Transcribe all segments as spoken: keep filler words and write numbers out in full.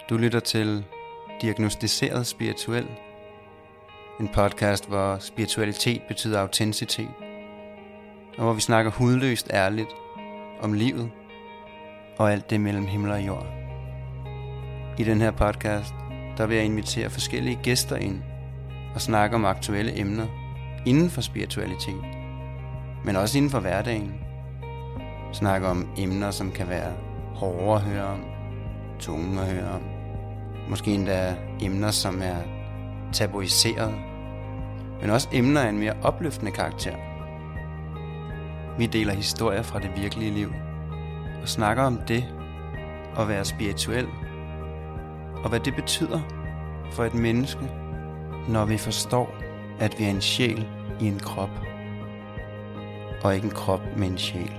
Du lytter til Diagnosticeret Spirituel, en podcast, hvor spiritualitet betyder autenticitet, og hvor vi snakker hudløst ærligt om livet og alt det mellem himmel og jord. I den her podcast, der vil jeg invitere forskellige gæster ind og snakke om aktuelle emner inden for spiritualitet, men også inden for hverdagen. Snakke om emner, som kan være hårde at høre om, tunge at høre om. Måske endda emner, som er tabuiseret, men også emner af en mere opløftende karakter. Vi deler historier fra det virkelige liv og snakker om det at være spirituel, og hvad det betyder for et menneske, når vi forstår, at vi er en sjæl i en krop, og ikke en krop med en sjæl.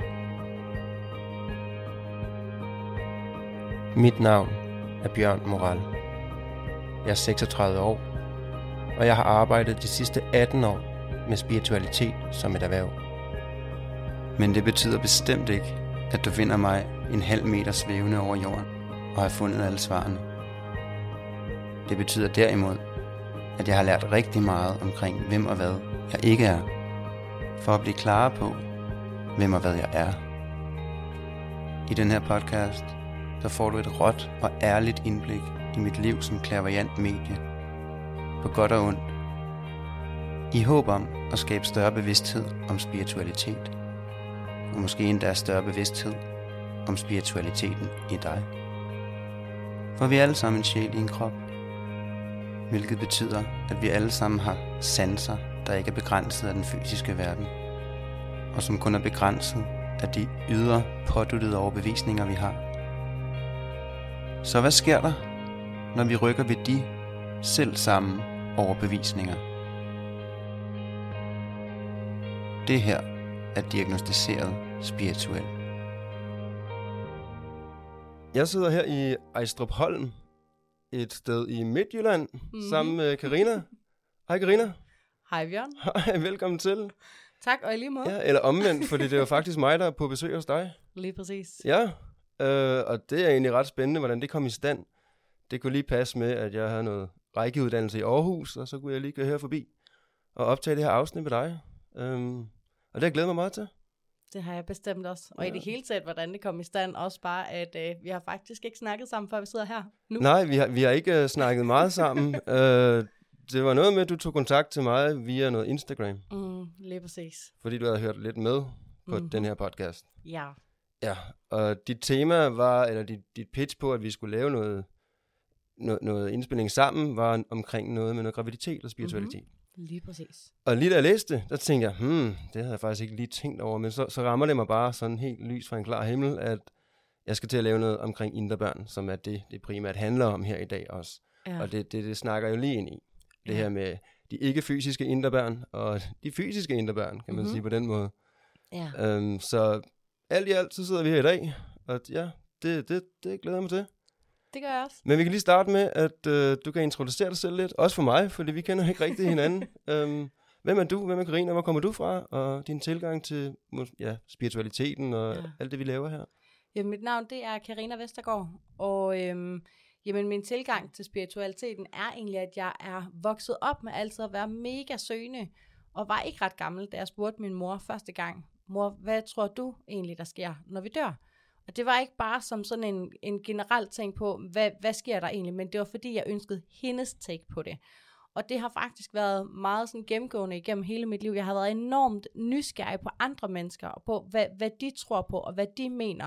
Mit navn er Bjørn Moral. Jeg er seksogtredive år, og jeg har arbejdet de sidste atten år med spiritualitet som et erhverv. Men det betyder bestemt ikke, at du finder mig en halv meter svævende over jorden og har fundet alle svarene. Det betyder derimod, at jeg har lært rigtig meget omkring hvem og hvad jeg ikke er, for at blive klarere på, hvem og hvad jeg er. I den her podcast, der får du et råt og ærligt indblik i mit liv som clairvoyant medie, på godt og ondt, i håb om at skabe større bevidsthed om spiritualitet, og måske endda større bevidsthed om spiritualiteten i dig. For vi er alle sammen en sjæl i en krop, hvilket betyder, at vi alle sammen har sanser, der ikke er begrænset af den fysiske verden, og som kun er begrænset af de ydre påduttede overbevisninger, vi har. Så hvad sker der, når vi rykker ved de selv samme overbevisninger? Det her er diagnosticeret spirituel. Jeg sidder her i Ejstrupholm, et sted i Midtjylland, mm-hmm. sammen med Karina. Hej Karina. Hej Bjørn. Hej, velkommen til. Tak, og i lige måde. Ja, eller omvendt, fordi det er jo faktisk mig, der er på besøg hos dig. Lige præcis. Ja, øh, og det er egentlig ret spændende, hvordan det kom i stand. Det kunne lige passe med, at jeg havde noget rækkeuddannelse i Aarhus, og så kunne jeg lige gå her forbi og optage det her afsnit med dig. Øhm, og det har jeg glædet mig meget til. Det har jeg bestemt også. Og ja. I det hele taget, hvordan det kom i stand, også bare, at øh, vi har faktisk ikke snakket sammen, før vi sidder her nu. Nej, vi har, vi har ikke uh, snakket meget sammen. uh, det var noget med, at du tog kontakt til mig via noget Instagram. Mm, lige præcis. Fordi du havde hørt lidt med på mm. den her podcast. Ja. Ja, og dit tema var, eller dit, dit pitch på, at vi skulle lave noget, no, noget indspilling sammen, var omkring noget med noget graviditet og spiritualitet. Mm-hmm. Lige præcis. Og lige da jeg læste det, der tænkte jeg, hmm, det havde jeg faktisk ikke lige tænkt over, men så, så rammer det mig bare sådan helt lys fra en klar himmel, at jeg skal til at lave noget omkring indre børn, som er det, det primært handler om her i dag også. Ja. Og det, det, det snakker jo lige ind i. Det ja. her med de ikke-fysiske indre børn, og de fysiske indre børn, kan man mm-hmm. sige på den måde. Ja. Øhm, så alt i alt, så sidder vi her i dag, og ja, det, det, det glæder jeg mig til. Det gør jeg også. Men vi kan lige starte med, at øh, du kan introducere dig selv lidt. Også for mig, fordi vi kender ikke rigtig hinanden. øhm, hvem er du? Hvem er Karina? Hvor kommer du fra? Og din tilgang til ja, spiritualiteten og ja. alt det, vi laver her. Jamen, mit navn, det er Karina Vestergaard. Og øhm, jamen, min tilgang til spiritualiteten er egentlig, at jeg er vokset op med altid at være mega søgende. Og var ikke ret gammel, da jeg spurgte min mor første gang. Mor, hvad tror du egentlig, der sker, når vi dør? Og det var ikke bare som sådan en, en generel ting på, hvad, hvad sker der egentlig, men det var fordi, jeg ønskede hendes take på det. Og det har faktisk været meget sådan gennemgående igennem hele mit liv. Jeg har været enormt nysgerrig på andre mennesker, og på hvad, hvad de tror på, og hvad de mener.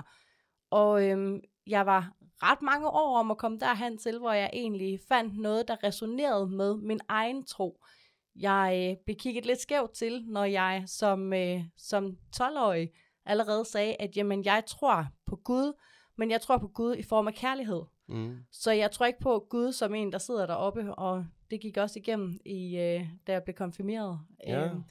Og øhm, jeg var ret mange år om at komme derhen til, hvor jeg egentlig fandt noget, der resonerede med min egen tro. Jeg øh, blev kigget lidt skævt til, når jeg som, øh, som tolv-årig allerede sagde, at jamen, jeg tror på Gud, men jeg tror på Gud i form af kærlighed. Mm. Så jeg tror ikke på Gud som en, der sidder deroppe, og det gik også igennem, i, øh, da jeg blev konfirmeret. Ja. Øhm,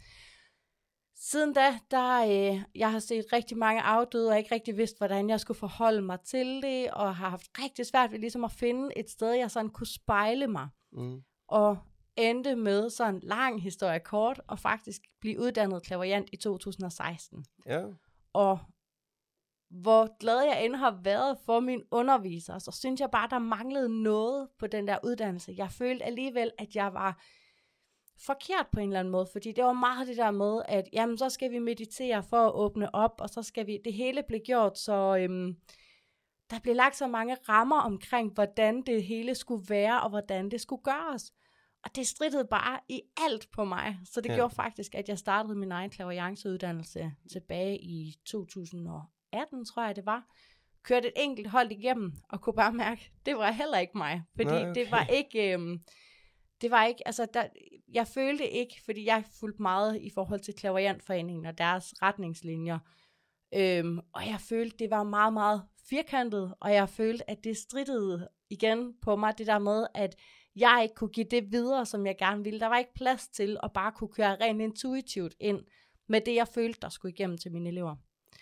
siden da, der øh, jeg har set rigtig mange afdøde, og ikke rigtig vidst, hvordan jeg skulle forholde mig til det, og har haft rigtig svært ved ligesom at finde et sted, jeg sådan kunne spejle mig. Mm. Og endte med sådan en lang historie kort, og faktisk blive uddannet clairvoyant i to tusind og seksten. Ja. Og hvor glad jeg end har været for min underviser, så synes jeg bare, der manglede noget på den der uddannelse. Jeg følte alligevel, at jeg var forkert på en eller anden måde, fordi det var meget det der med, at jamen, så skal vi meditere for at åbne op, og så skal vi, det hele blev gjort, så øhm, der blev lagt så mange rammer omkring, hvordan det hele skulle være, og hvordan det skulle gøres. Og det strittede bare i alt på mig. Så det ja. gjorde faktisk, at jeg startede min egen clairvoyance-uddannelse tilbage i to tusind og atten, tror jeg det var. Kørte et enkelt hold igennem, og kunne bare mærke, det var heller ikke mig. Fordi Nej, okay. det var ikke, øhm, det var ikke, altså der, jeg følte ikke, fordi jeg fulgte meget i forhold til Clairvoyantforeningen og deres retningslinjer. Øhm, og jeg følte, det var meget, meget firkantet, og jeg følte, at det strittede igen på mig, det der med, at jeg ikke kunne give det videre, som jeg gerne ville. Der var ikke plads til at bare kunne køre rent intuitivt ind med det, jeg følte, der skulle igennem til mine elever.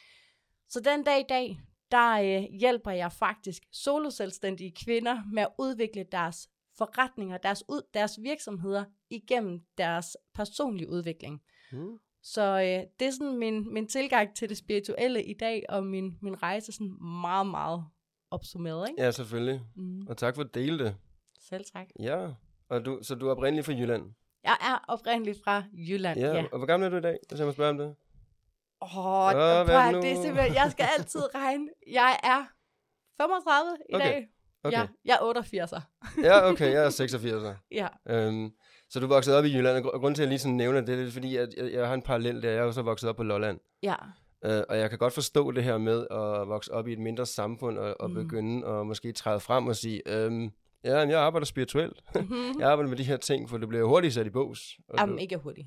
Så den dag i dag, der øh, hjælper jeg faktisk soloselvstændige kvinder med at udvikle deres forretninger, deres, ud, deres virksomheder igennem deres personlige udvikling. Mm. Så øh, det er sådan min, min tilgang til det spirituelle i dag, og min, min rejse sådan meget, meget opsummeret, ikke? Ja, selvfølgelig. Mm. Og tak for at dele det. Selv tak. Ja, og du, så du er oprindelig fra Jylland? Jeg er oprindelig fra Jylland, ja. ja. Og hvor gammel er du i dag, hvis jeg må spørge om det? Åh, oh, oh, det er simpelthen, jeg skal altid regne. Jeg er femogtredive i okay. dag. Okay. Ja, jeg er otteogfirser. Ja, okay, jeg er seksogfirser. Ja. Øhm, så du er vokset op i Jylland, og grunden til, at jeg lige sådan nævner det, det er fordi, at jeg, jeg har en parallel der. Jeg er jo så vokset op på Lolland. Ja. Øh, og jeg kan godt forstå det her med at vokse op i et mindre samfund, og, og mm. begynde at måske træde frem og sige, øhm, ja, jeg arbejder spirituelt. Mm-hmm. Jeg arbejder med de her ting, for det bliver hurtigt sat i bås. Jamen, ikke hurtigt.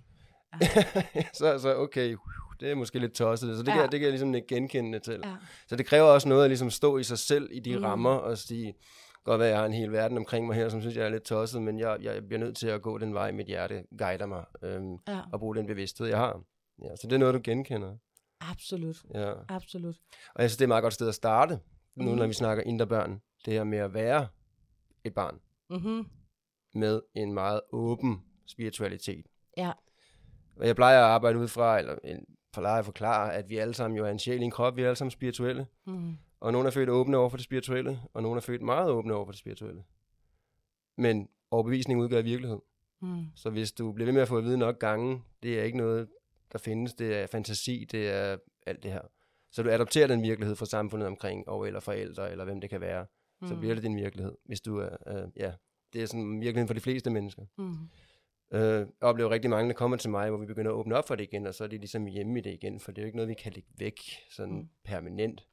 Ja. så, så okay, det er måske lidt tosset. Så det, ja. kan, det kan jeg ligesom ikke genkende til. Ja. Så det kræver også noget at ligesom stå i sig selv i de mm. rammer og sige, godt være, jeg har en hel verden omkring mig her, som synes, jeg er lidt tosset, men jeg, jeg bliver nødt til at gå den vej, mit hjerte guider mig, øhm, ja. og bruge den bevidsthed, jeg har. Ja, så det er noget, du genkender. Absolut. Ja. Absolut. Og jeg synes, det er et meget godt sted at starte, nu mm. når vi snakker indre børn. Det her med at være et barn. Mm-hmm. Med en meget åben spiritualitet. Ja. Og jeg plejer at arbejde ud fra, eller plejer at forklare, at vi alle sammen jo er en sjæl i en krop, vi er alle sammen spirituelle. Mm. Og nogle er født åbne over for det spirituelle, og nogle er født meget åbne over for det spirituelle. Men overbevisning udgør virkelighed. Mm. Så hvis du bliver ved med at få at vide nok gange, det er ikke noget, der findes, det er fantasi, det er alt det her. Så du adopterer den virkelighed fra samfundet omkring, og eller forældre, eller hvem det kan være. Mm. Så bliver det din virkelighed, hvis du er, øh, ja, det er sådan virkeligheden for de fleste mennesker. Mm. Øh, jeg oplever rigtig mange, der kommer til mig, hvor vi begynder at åbne op for det igen, og så er de ligesom hjemme i det igen, for det er jo ikke noget, vi kan lægge væk sådan mm. permanent.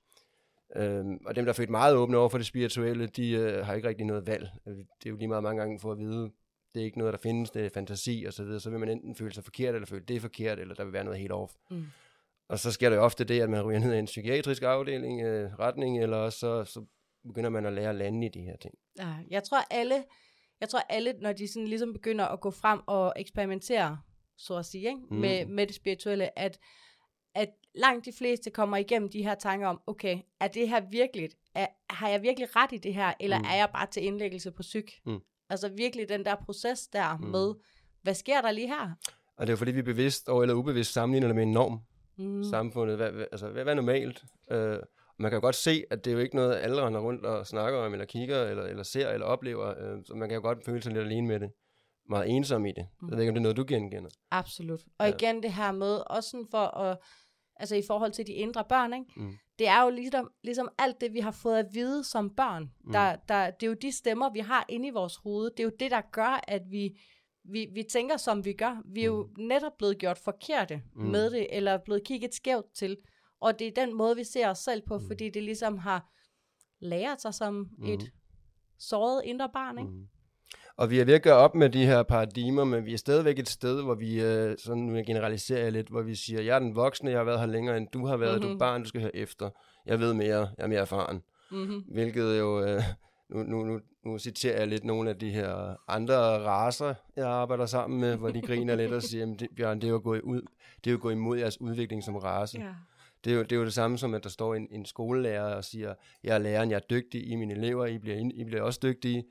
Øhm, og dem, der er født meget åbne over for det spirituelle, de øh, har ikke rigtig noget valg. Det er jo lige meget mange gange for at vide, det er ikke noget, der findes, det er fantasi og så videre. Så vil man enten føle sig forkert, eller føle det er forkert, eller der vil være noget helt off. Mm. Og så sker der jo ofte det, at man ryger ned i en psykiatrisk afdeling, øh, retning, eller også så, så begynder man at lære at lande i de her ting. Ja, jeg tror alle, jeg tror alle, når de sådan ligesom begynder at gå frem og eksperimentere, så at sige, ikke? Mm. Med, med det spirituelle, at at langt de fleste kommer igennem de her tanker om, okay, er det her virkeligt? Er, har jeg virkelig ret i det her? Eller mm. er jeg bare til indlæggelse på psyk? Mm. Altså virkelig den der proces der mm. med, hvad sker der lige her? Og det er jo fordi, vi er bevidst og eller ubevidst sammenligner det med en norm. Mm. Samfundet, hvad, hvad, altså hvad, hvad er normalt? Øh, man kan jo godt se, at det er jo ikke noget, alle render rundt og snakker om, eller kigger, eller, eller ser, eller oplever. Øh, så man kan jo godt føle sig lidt alene med det. Meget ensom i det. Mm. Jeg ved ikke, om det er noget, du genkender. Absolut. Og ja. igen det her med, også sådan for at, altså i forhold til de indre børn, ikke? Mm. Det er jo ligesom, ligesom alt det, vi har fået at vide som børn. Mm. Der, der, det er jo de stemmer, vi har inde i vores hoved. Det er jo det, der gør, at vi, vi, vi tænker, som vi gør. Vi er jo mm. netop blevet gjort forkerte mm. med det, eller blevet kigget skævt til. Og det er den måde, vi ser os selv på, mm. fordi det ligesom har lært sig som mm. et såret indre barn, ikke? Mm. Og vi er ved at gøre op med de her paradigmer, men vi er stadigvæk et sted, hvor vi, øh, sådan nu generaliserer jeg lidt, hvor vi siger, jeg er den voksne, jeg har været her længere, end du har været, mm-hmm. du er barn, du skal høre efter. Jeg ved mere, jeg er mere erfaren. Mm-hmm. Hvilket jo, øh, nu, nu, nu, nu citerer jeg lidt nogle af de her andre racer, jeg arbejder sammen med, hvor de griner lidt og siger, det, Bjørn, det er jo gået ud, det er jo gået imod jeres udvikling som race. Yeah. Det er, jo, det er jo det samme som, at der står en, en skolelærer og siger, jeg er læreren, jeg er dygtig, I mine elever, I bliver, I bliver også dygtige.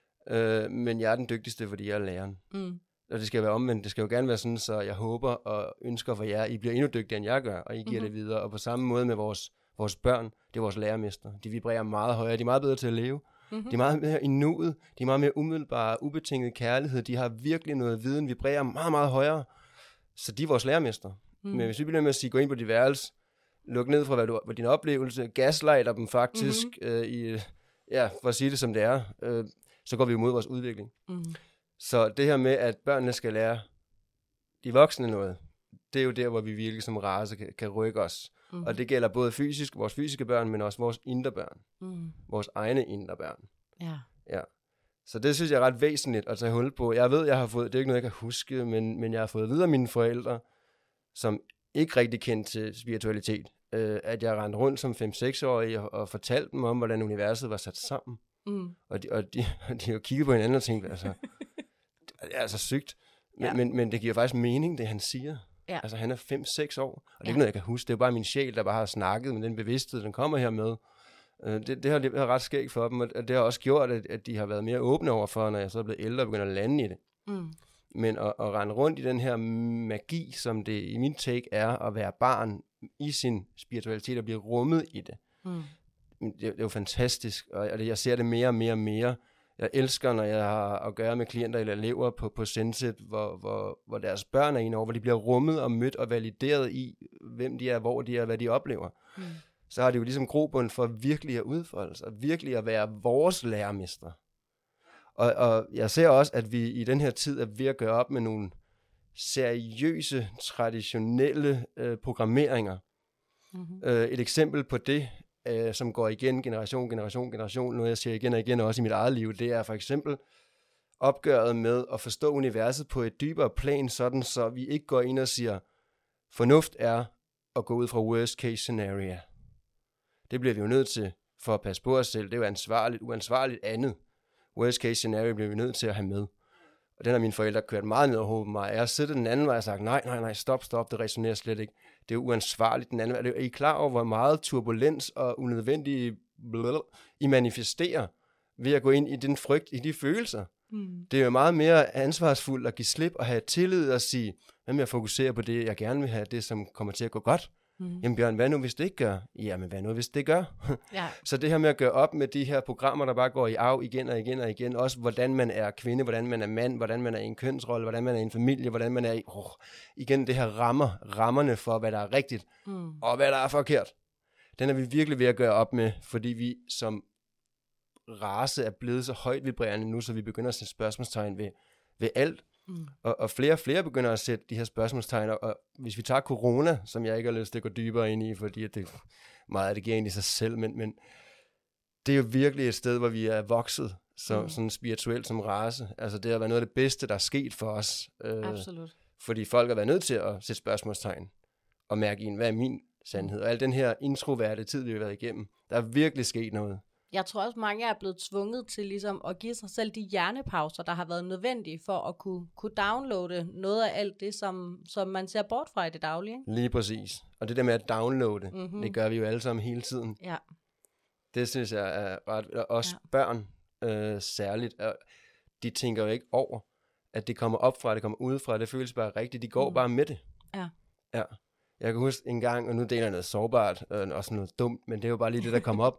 Øh, men jeg er den dygtigste, fordi jeg er læreren. Mm. Og det skal være omvendt. Det skal jo gerne være sådan, så jeg håber og ønsker for jer, I bliver endnu dygtigere, end jeg gør, og I giver mm-hmm. det videre. Og på samme måde med vores Vores børn, det er vores lærermester. De vibrerer meget højere, de er meget bedre til at leve. Mm-hmm. De er meget mere i nuet, de er meget mere umiddelbare, ubetinget kærlighed. De har virkelig noget viden, vibrerer meget, meget højere. Så de er vores lærermester. Mm. Men hvis vi bliver med at sige, gå ind på dit værelse, luk ned fra, hvad du, hvad din oplevelse, gaslighter dem faktisk, mm-hmm. øh, i, ja, for at sige det som det er, øh, så går vi imod vores udvikling. Mm. Så det her med, at børnene skal lære de voksne noget, det er jo der, hvor vi virkelig som race kan, kan rykke os. Mm. Og det gælder både fysisk, vores fysiske børn, men også vores indre børn. Mm. Vores egne indre børn. Ja. Ja. Så det synes jeg er ret væsentligt at tage hul på. Jeg ved, jeg har fået, det er ikke noget, jeg kan huske, men, men jeg har fået videre af mine forældre, som ikke rigtig kendte til spiritualitet, øh, at jeg rendte rundt som fem-seks-årig og, og fortalte dem om, hvordan universet var sat sammen. Mm. Og, de, og, de, og de har kigget på hinanden og tænkt, altså, det er altså sygt. Men, ja. men, men det giver faktisk mening, det han siger. Ja. Altså han er fem-seks år, og det er ja. ikke noget, jeg kan huske. Det er bare min sjæl, der bare har snakket med den bevidsthed, den kommer her med. Det, det, har, det har ret skægt for dem, og det har også gjort, at, at de har været mere åbne overfor, når jeg så er blevet ældre og begynder at lande i det. Mm. Men at, at rende rundt i den her magi, som det i min take er, at være barn i sin spiritualitet og blive rummet i det. Mm. Det, det er jo fantastisk, og det, jeg ser det mere og mere og mere. Jeg elsker, når jeg har at gøre med klienter eller elever på, på Senset, hvor, hvor, hvor deres børn er inde over, hvor de bliver rummet og mødt og valideret i, hvem de er, hvor de er, hvad de oplever. Mm. Så har de jo ligesom grobund for virkelig at udfolde sig, og virkelig at være vores lærermester. Og, og jeg ser også, at vi i den her tid er ved at gøre op med nogle seriøse, traditionelle øh, programmeringer. Mm-hmm. Øh, et eksempel på det, øh, som går igen generation, generation, generation, noget jeg siger igen og igen også i mit eget liv, det er for eksempel opgøret med at forstå universet på et dybere plan, sådan så vi ikke går ind og siger, fornuft er at gå ud fra worst case scenario. Det bliver vi jo nødt til for at passe på os selv. Det er jo ansvarligt, uansvarligt andet. Worst case scenario bliver vi nødt til at have med. Og den har mine forældre kørt meget ned over hovedet på mig. Jeg har siddet den anden vej og sagt, nej, nej, nej, stop, stop, det resonerer slet ikke. Det er uansvarligt den anden vej. Er I klar over, hvor meget turbulens og unødvendig blød I manifesterer ved at gå ind i den frygt, i de følelser? Mm. Det er jo meget mere ansvarsfuldt at give slip og have tillid og sige, hvad med at fokusere på det, jeg gerne vil have, det som kommer til at gå godt. Mm. Jamen Bjørn, hvad nu hvis det ikke gør? Jamen hvad nu hvis det gør? Ja. Så det her med at gøre op med de her programmer, der bare går i arv igen og igen og igen, også hvordan man er kvinde, hvordan man er mand, hvordan man er i en kønsrolle, hvordan man er i en familie, hvordan man er i, oh, igen det her rammer, rammerne for, hvad der er rigtigt, mm. og hvad der er forkert. Den er vi virkelig ved at gøre op med, fordi vi som race er blevet så højt vibrerende nu, så vi begynder at sætte spørgsmålstegn ved, ved alt. Mm. Og, og flere og flere begynder at sætte de her spørgsmålstegn, og hvis vi tager corona, som jeg ikke har lyst til at gå dybere ind i, fordi at det, meget af det giver egentlig sig selv, men, men det er jo virkelig et sted, hvor vi er vokset så, mm. sådan spirituelt som race. Altså det har været noget af det bedste, der er sket for os. Øh, Absolut. Fordi folk har været nødt til at sætte spørgsmålstegn og mærke ind, hvad er min sandhed? Og al den her introverte tid, vi har været igennem, der er virkelig sket noget. Jeg tror også, mange er blevet tvunget til ligesom at give sig selv de hjernepauser, der har været nødvendige for at kunne, kunne downloade noget af alt det, som, som man ser bort fra i det daglige. Lige præcis. Og det der med at downloade, mm-hmm. det gør vi jo alle sammen hele tiden. Ja. Det synes jeg er ret, også ja. børn øh, særligt, og de tænker jo ikke over, at det kommer op fra, det kommer udefra, det føles bare rigtigt, de går mm. bare med det. Ja. Ja. Jeg kan huske en gang, og nu deler jeg noget sårbart, øh, også noget dumt, men det er jo bare lige det, der kom op.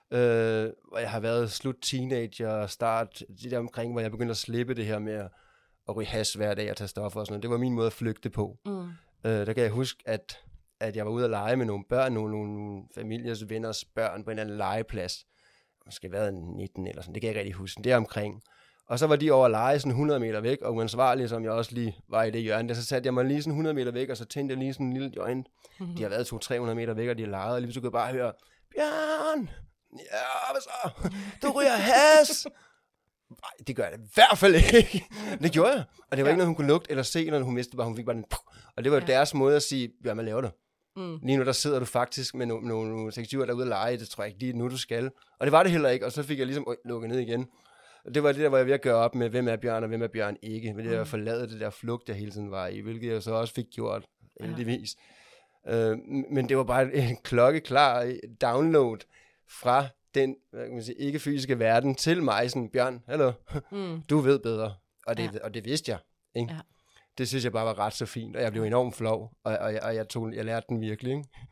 Øh, hvor jeg har været slut teenager, start det der omkring, hvor jeg begyndte at slippe det her med at, at ryge hash hver dag og tage stoffer og sådan noget. Det var min måde at flygte på. Mm. Øh, der kan jeg huske, at, at jeg var ude at lege med nogle børn, nogle, nogle familiers venners børn på en eller anden legeplads. Måske været nitten eller sådan, det kan jeg ikke rigtig huske. Det er omkring. Og så var de over at lege sådan hundrede meter væk, og uansvarlige, som jeg også lige var i det hjørne, der så satte jeg mig lige sådan hundrede meter væk, og så tændte jeg lige sådan en lille joint. Mm-hmm. De har været to til tre hundrede meter væk, og de har leget, og lige så kunne jeg bare høre, Bjørn! Ja, hvad så? Du ryger has! Nej, det gør jeg i hvert fald ikke. Det gjorde jeg. Og det var ja. ikke noget, hun kunne lugte eller se, når hun vidste bare, hun fik bare den... Og det var ja. deres måde at sige, Bjørn, hvad laver du? Mm. Lige nu, der sidder du faktisk med nogle, nogle, nogle sekstiver derude at lege, det tror jeg ikke lige nu, du skal. Og det var det heller ikke, og så fik jeg ligesom øh, lukket ned igen. Og det var det der, hvor jeg var ved at gøre op med, hvem er Bjørn, og hvem er Bjørn ikke. Ved det mm. at forlade det der flugt, jeg hele tiden var i, hvilket jeg så også fik gjort, heldigvis. Ja. Øh, men det var bare en klokkeklar download fra den hvad kan man sige, ikke-fysiske verden til mig, sådan, Bjørn, hallo, mm. du ved bedre. Og det, ja. og det vidste jeg. Ikke? Det synes jeg bare var ret så fint, og jeg blev enormt flov, og, og, jeg, og jeg, tog, jeg lærte den virkelig. Ikke?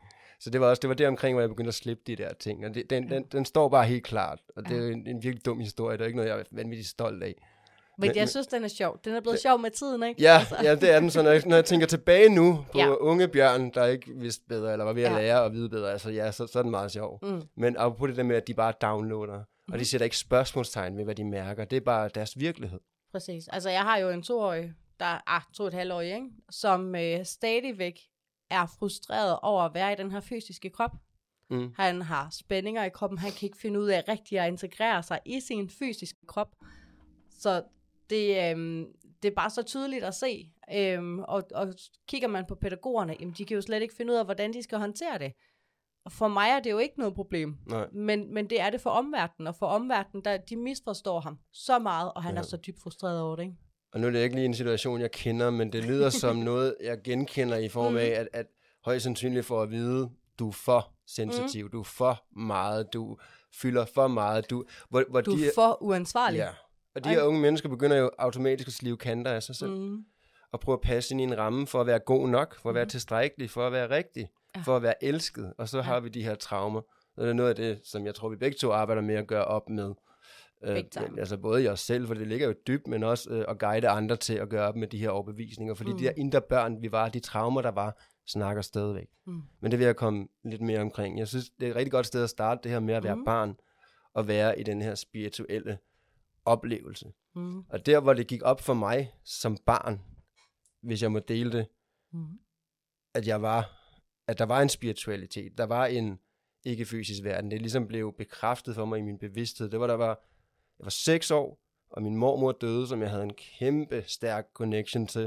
Så det var også det var der omkring, hvor jeg begyndte at slippe de der ting. Og det, den, ja. den, den står bare helt klart. Og det er en, en virkelig dum historie. Det er ikke noget, jeg er vanvittigt stolt af. Men, men jeg synes, den er sjov. Den er blevet det, sjov med tiden, ikke? Ja, altså. ja, det er den. Så når jeg, når jeg tænker tilbage nu på ja. unge Bjørn, der ikke vidste bedre, eller var ved at ja. lære at vide bedre, altså ja, så, så er den meget sjov. Mm. Men apropos det der med, at de bare downloader, mm. og de sætter ikke spørgsmålstegn ved, hvad de mærker. Det er bare deres virkelighed. Præcis. Altså, jeg har jo en toårig, der er ah, to og et halvt år, ikke? Som øh, stadigvæk er frustreret over at være i den her fysiske krop. Mm. Han har spændinger i kroppen. Han kan ikke finde ud af rigtigt at integrere sig i sin fysiske krop. Så det, øhm, det er bare så tydeligt at se. Øhm, og, og kigger man på pædagogerne, jamen, de kan jo slet ikke finde ud af, hvordan de skal håndtere det. Og for mig er det jo ikke noget problem. Men, men det er det for omverdenen. Og for omverdenen, der, de misforstår ham så meget, og han ja. er så dybt frustreret over det, ikke? Og nu er det ikke lige en situation, jeg kender, men det lyder som noget, jeg genkender i form af, at, at højst sandsynligt for at vide, du er for sensitiv, mm. du er for meget, du fylder for meget. Du, hvor, hvor du er de, for uansvarlig. Ja, og de her unge mennesker begynder jo automatisk at slive kanter af sig selv. Mm. Og prøve at passe ind i en ramme for at være god nok, for at være mm. tilstrækkelig, for at være rigtig, ja. for at være elsket. Og så ja. har vi de her traumer. Og det er noget af det, som jeg tror, vi begge to arbejder med at gøre op med. Øh, altså både i os selv, for det ligger jo dybt, men også øh, at guide andre til at gøre op med de her overbevisninger. Fordi mm. de der indre børn, vi var, de traumer, der var, snakker stadigvæk. Mm. Men det vil jeg komme lidt mere omkring. Jeg synes, det er et rigtig godt sted at starte det her med at være mm. barn, og være i den her spirituelle oplevelse. Mm. Og der, hvor det gik op for mig som barn, hvis jeg må dele det, mm. at jeg var, at der var en spiritualitet, der var en ikke-fysisk verden. Det ligesom blev bekræftet for mig i min bevidsthed. Det var, der var, jeg var seks år, og min mormor døde, som jeg havde en kæmpe stærk connection til.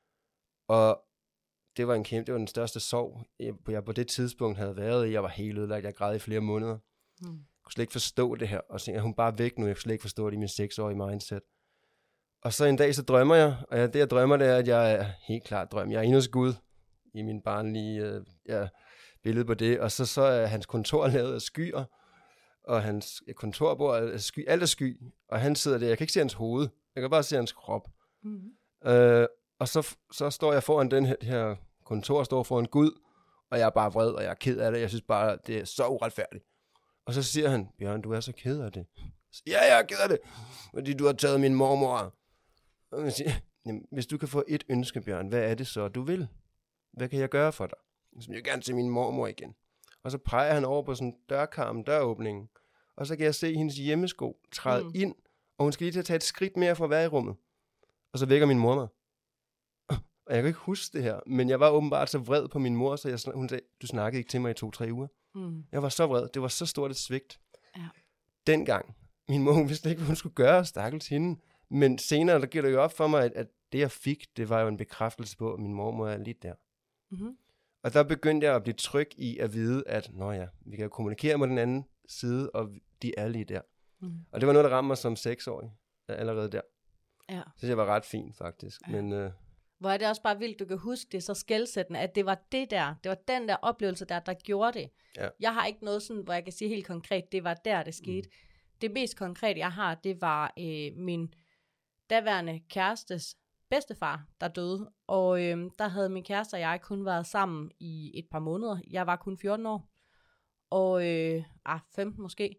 Og det var en kæmpe, det var den største sorg, jeg på det tidspunkt havde været i. Jeg var helt ødelagt, jeg græd i flere måneder. Mm. Jeg kunne slet ikke forstå det her, og så er hun bare væk nu. Jeg kunne slet ikke forstå det i min seksårige mindset. Og så en dag, så drømmer jeg, og det jeg drømmer, det er, at jeg er helt klart drøm. Jeg er inde hos Gud i min barnlige øh, ja, billede på det, og så, så er hans kontor lavet af skyer, og hans kontorbord er sky, alt er sky, og han sidder der. Jeg kan ikke se hans hoved, jeg kan bare se hans krop. Mm. Øh, og så, så står jeg foran den her, her kontor, står foran Gud, og jeg er bare vred, og jeg er ked af det. Jeg synes bare, det er så uretfærdigt. Og så siger han, Bjørn, du er så ked af det. Ja, jeg er ked af det, fordi du har taget min mormor. Og jeg siger, jamen, hvis du kan få et ønske, Bjørn, hvad er det så, du vil? Hvad kan jeg gøre for dig? Jeg vil gerne se min mormor igen. Og så peger han over på sådan en dørkarm, døråbningen. Og så kan jeg se hendes hjemmesko træde mm. ind, og hun skal lige til at tage et skridt mere for at være i rummet. Og så vækker min mor mig. Og jeg kan ikke huske det her, men jeg var åbenbart så vred på min mor, så jeg, hun sagde, du snakkede ikke til mig i to-tre uger. Mm. Jeg var så vred. Det var så stort et svigt. Ja. Dengang. Min mor, hun vidste ikke, hvad hun skulle gøre, stakkels hende. Men senere, der giver det jo op for mig, at, at det jeg fik, det var jo en bekræftelse på, at min mormor er lige der. Mm-hmm. Og der begyndte jeg at blive tryg i at vide, at nå ja, vi kan jo kommunikere med den anden side, og de er lige der. Mm. Og det var noget, der ramte mig som seksårig, allerede der. Ja. Så det var ret fint, faktisk. Ja. Men, øh, hvor er det også bare vildt, du kan huske det så skelsættende, at det var det der, det var den der oplevelse der, der gjorde det. Ja. Jeg har ikke noget sådan, hvor jeg kan sige helt konkret, det var der, det skete. Mm. Det mest konkrete, jeg har, det var øh, min daværende kærestes bedstefar, der døde. Og øh, der havde min kæreste og jeg kun været sammen i et par måneder. Jeg var kun fjorten år. Og, øh, ah, femten måske.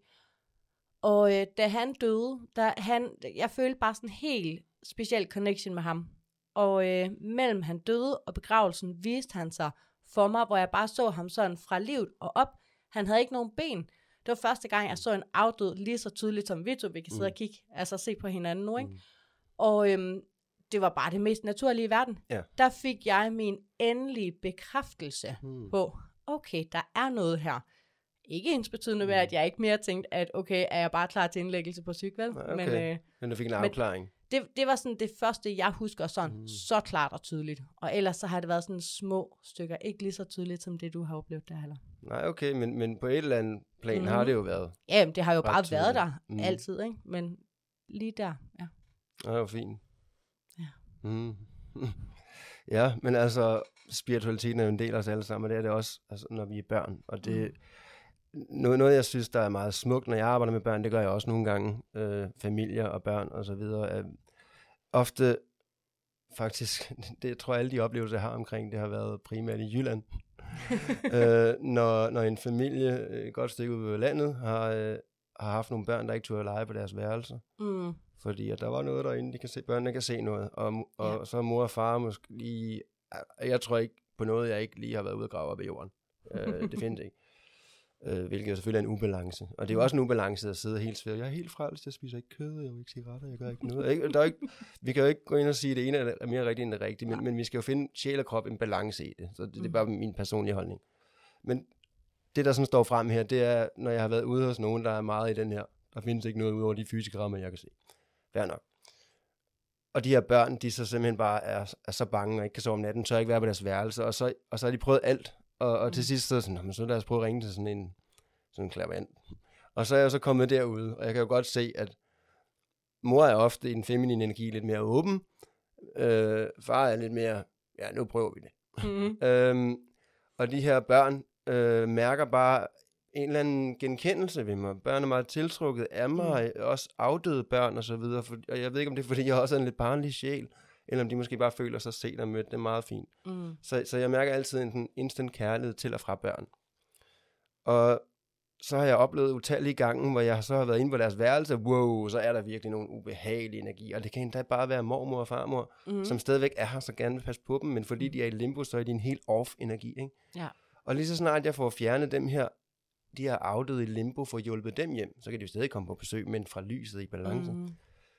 Og øh, da han døde, der, han, jeg følte bare sådan en helt speciel connection med ham. Og øh, mellem han døde og begravelsen, viste han sig for mig, hvor jeg bare så ham sådan fra livet og op. Han havde ikke nogen ben. Det var første gang, jeg så en afdød lige så tydeligt som vi to. Vi kan sidde mm. og kigge, altså se på hinanden nu, ikke? Mm. Og øhm, det var bare det mest naturlige i verden. Ja. Der fik jeg min endelige bekræftelse mm. på, okay, der er noget her. Ikke ensbetydende med, at jeg ikke mere tænkte, at okay, er jeg bare klar til indlæggelse på syg, vel? Okay. Men, øh, men du fik en afklaring. Det, det var sådan det første, jeg husker sådan, mm. så klart og tydeligt. Og ellers så har det været sådan små stykker, ikke lige så tydeligt som det, du har oplevet der heller. Nej, okay, men, men på et eller andet plan mm. har det jo været. Ja, det har jo bare tydeligt. Været der mm. altid, ikke? Men lige der, ja. Ja, det var fint. Ja. Mm. Ja, men altså, spiritualiteten er jo en del af os alle sammen, og det er det også, altså, når vi er børn. Og det mm. noget, noget, jeg synes, der er meget smukt, når jeg arbejder med børn, det gør jeg også nogle gange, øh, familier og børn og så videre. Øh, ofte, faktisk, det tror jeg alle de oplevelser, jeg har omkring, det har været primært i Jylland. øh, når, når en familie et godt stykke ude i landet har, øh, har haft nogle børn, der ikke turde lege på deres værelser. Mm. Fordi at der var noget derinde, de kan se, børnene kan se noget. Og, og ja. så er mor og far måske lige... Jeg tror ikke på noget, jeg ikke lige har været ude og grave op i jorden. øh, det findes ikke. Øh, hvilket jo selvfølgelig er en ubalance. Og det er jo også en ubalance at sidde helt svært. Jeg er helt frelst, jeg spiser ikke kød, jeg vil ikke cigaretter, jeg gør ikke noget. Ikke, der er ikke, vi kan jo ikke gå ind og sige, at det ene er mere rigtigt end det rigtige, men, men vi skal jo finde sjæl og krop en balance i det. Så det, det er bare min personlige holdning. Men det, der sådan står frem her, det er, når jeg har været ude hos nogen, der er meget i den her. Der findes ikke noget ud over de fysiske rammer, jeg kan se. Fair nok. Og de her børn, de så simpelthen bare er, er så bange og ikke kan sove om natten, tør ikke være på deres værelse, og så, og så har de prøvet alt. Og, og til sidst så er det sådan, så lad os prøve at ringe til sådan en, sådan en klaverant. Og så er jeg så kommet derude, og jeg kan jo godt se, at mor er ofte i den feminine energi lidt mere åben. Øh, far er lidt mere, ja, nu prøver vi det. Mm-hmm. øhm, og de her børn øh, mærker bare en eller anden genkendelse ved mig. Børn er meget tiltrukket af mig, mm. også afdøde børn og så videre. For, og jeg ved ikke, om det er, fordi jeg også er en lidt barnlig sjæl, eller om de måske bare føler sig set og mødt. Det er meget fint. Mm. Så, så jeg mærker altid en instant kærlighed til og fra børn. Og så har jeg oplevet utallige gange, hvor jeg så har været inde på deres værelse. Wow, så er der virkelig nogle ubehagelige energi. Og det kan endda bare være mormor og farmor, mm. som stadigvæk er her, så gerne vil passe på dem. Men fordi de er i limbo, så er de en helt off-energi. Ikke? Ja. Og lige så snart jeg får fjernet dem her, de har afdøde i limbo, for at hjælpe dem hjem, så kan de jo stadig komme på besøg, men fra lyset i balance. Mm.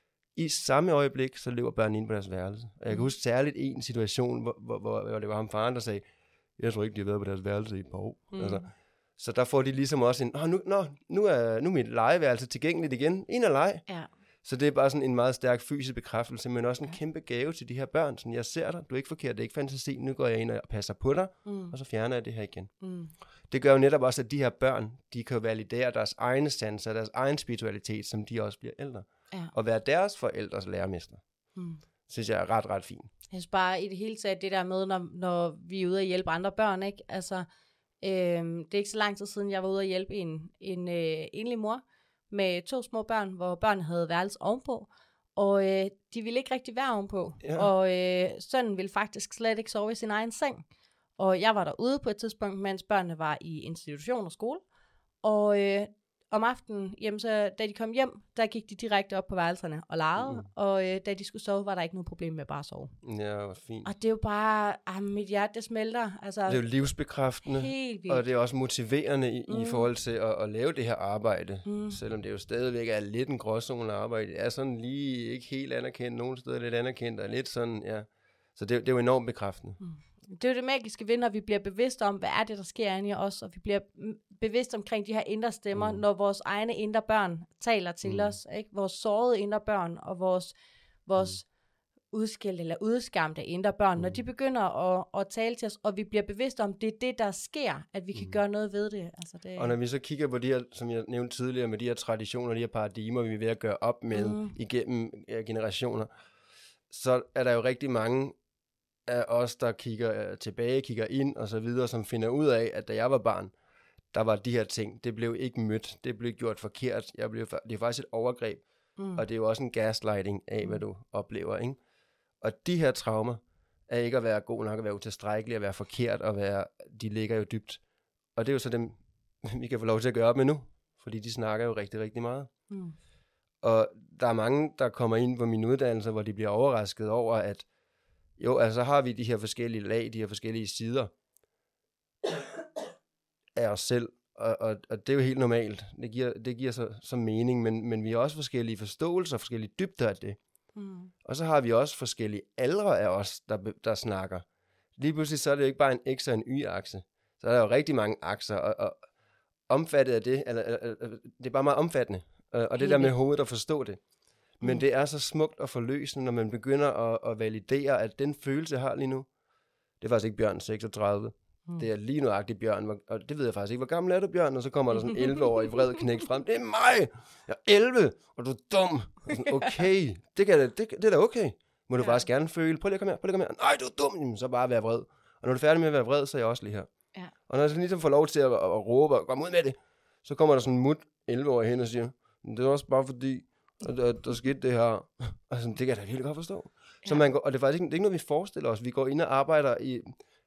I samme øjeblik, så løber børn ind på deres værelse. Og jeg kan huske særligt en situation, hvor, hvor, hvor, hvor det var ham faren, der sagde, jeg tror ikke, de har været på deres værelse i et par år. Mm. Altså, så der får de ligesom også en, Nå, nu, nå, nu, er, nu er mit legeværelse tilgængeligt igen. Ind og lege. Ja. Så det er bare sådan en meget stærk fysisk bekræftelse, men også en ja. kæmpe gave til de her børn. Sådan, jeg ser dig, du er ikke forkert, det er ikke fantasi, nu går jeg ind og passer på dig, mm. og så fjerner jeg det her igen. Mm. Det gør jo netop også, at de her børn, de kan validere deres egne sanser, deres egen spiritualitet, som de også bliver ældre. Ja. Og være deres forældres lærermester. Mm. Synes jeg er ret, ret fint. Jeg synes bare i det hele taget, det der med, når, når vi er ude at hjælpe andre børn, ikke? Altså, øhm, det er ikke så lang tid siden, jeg var ude at hjælpe en, en øh, enlig mor, med to små børn, hvor børn havde værelse ovenpå, og øh, de ville ikke rigtig være ovenpå, ja. og øh, sønnen ville faktisk slet ikke sove i sin egen seng, og jeg var derude på et tidspunkt, mens børnene var i institution og skole, og øh, om aftenen, jamen så, da de kom hjem, der gik de direkte op på værelserne og legede, mm. og øh, da de skulle sove, var der ikke noget problem med bare at sove. Ja, det var fint. Og det er jo bare, ah, mit hjerte, det smelter. Altså, det er jo livsbekræftende, helt vildt. Og det er også motiverende i, mm. i forhold til at, at lave det her arbejde, mm. selvom det jo stadigvæk er lidt en gråzone arbejde. Det er sådan lige ikke helt anerkendt, nogle steder lidt anerkendt, og lidt sådan, ja. Så det, det er jo enormt bekræftende. Mm. Det er jo det magiske ved, når vi bliver bevidste om, hvad er det, der sker inde i os, og vi bliver bevidste omkring de her indre stemmer, mm. når vores egne indre børn taler til mm. os, ikke? Vores sårede indre børn, og vores, vores mm. udskilte eller udskamte indre børn, mm. når de begynder at, at tale til os, og vi bliver bevidste om, det er det, der sker, at vi kan mm. gøre noget ved det. Altså det. Og når vi så kigger på de her, som jeg nævnte tidligere, med de her traditioner, de her paradigmer, vi er ved at gøre op med mm. igennem ja, generationer, så er der jo rigtig mange af os, der kigger tilbage, kigger ind og så videre, som finder ud af, at da jeg var barn, der var de her ting, det blev ikke mødt, det blev gjort forkert, jeg blev, det er faktisk et overgreb, mm. og det er jo også en gaslighting af, hvad du oplever, ikke? Og de her traumer er ikke at være god nok, at være utilstrækkelig, at være forkert, og være, de ligger jo dybt. Og det er jo så dem, vi kan få lov til at gøre op med nu, fordi de snakker jo rigtig, rigtig meget. Mm. Og der er mange, der kommer ind på mine uddannelser, hvor de bliver overrasket over, at jo, altså så har vi de her forskellige lag, de her forskellige sider af os selv, og, og, og det er jo helt normalt. Det giver, det giver så, så mening, men, men vi har også forskellige forståelser, forskellige dybder af det. Mm. Og så har vi også forskellige aldre af os, der, der snakker. Lige pludselig så er det jo ikke bare en X og en Y-akse. Så er der jo rigtig mange akser, og, og omfattet af det, eller, eller, det er bare meget omfattende. Og, og det der med hovedet at forstå det. Men mm. det er så smukt og forløsende, når man begynder at, at validere, at den følelse, jeg har lige nu, det er faktisk ikke Bjørn seksogtredive. Mm. Det er lige nøjagtigt Bjørn, og det ved jeg faktisk ikke. Hvor gammel er du, Bjørn? Og så kommer der sådan elleve-årig vred knægt frem. Det er mig! Jeg er elleve, og du er dum. Og sådan, okay, det, kan, det, det er da okay. Må du ja. faktisk gerne føle. Prøv lige at komme her, prøv lige at komme her. Nej, du er dum. Jamen, så bare være vred. Og når du er færdig med at være vred, så er jeg også lige her. Ja. Og når jeg så ligesom får lov til at, at, at råbe og komme ud med det, så kommer der sådan en mut elleve-årig hen og siger, det er også bare fordi, og der, der skete det her. Altså, det kan jeg da virkelig godt forstå. Ja. Så man går, og det er faktisk ikke, det er ikke noget, vi forestiller os. Vi går ind og arbejder i,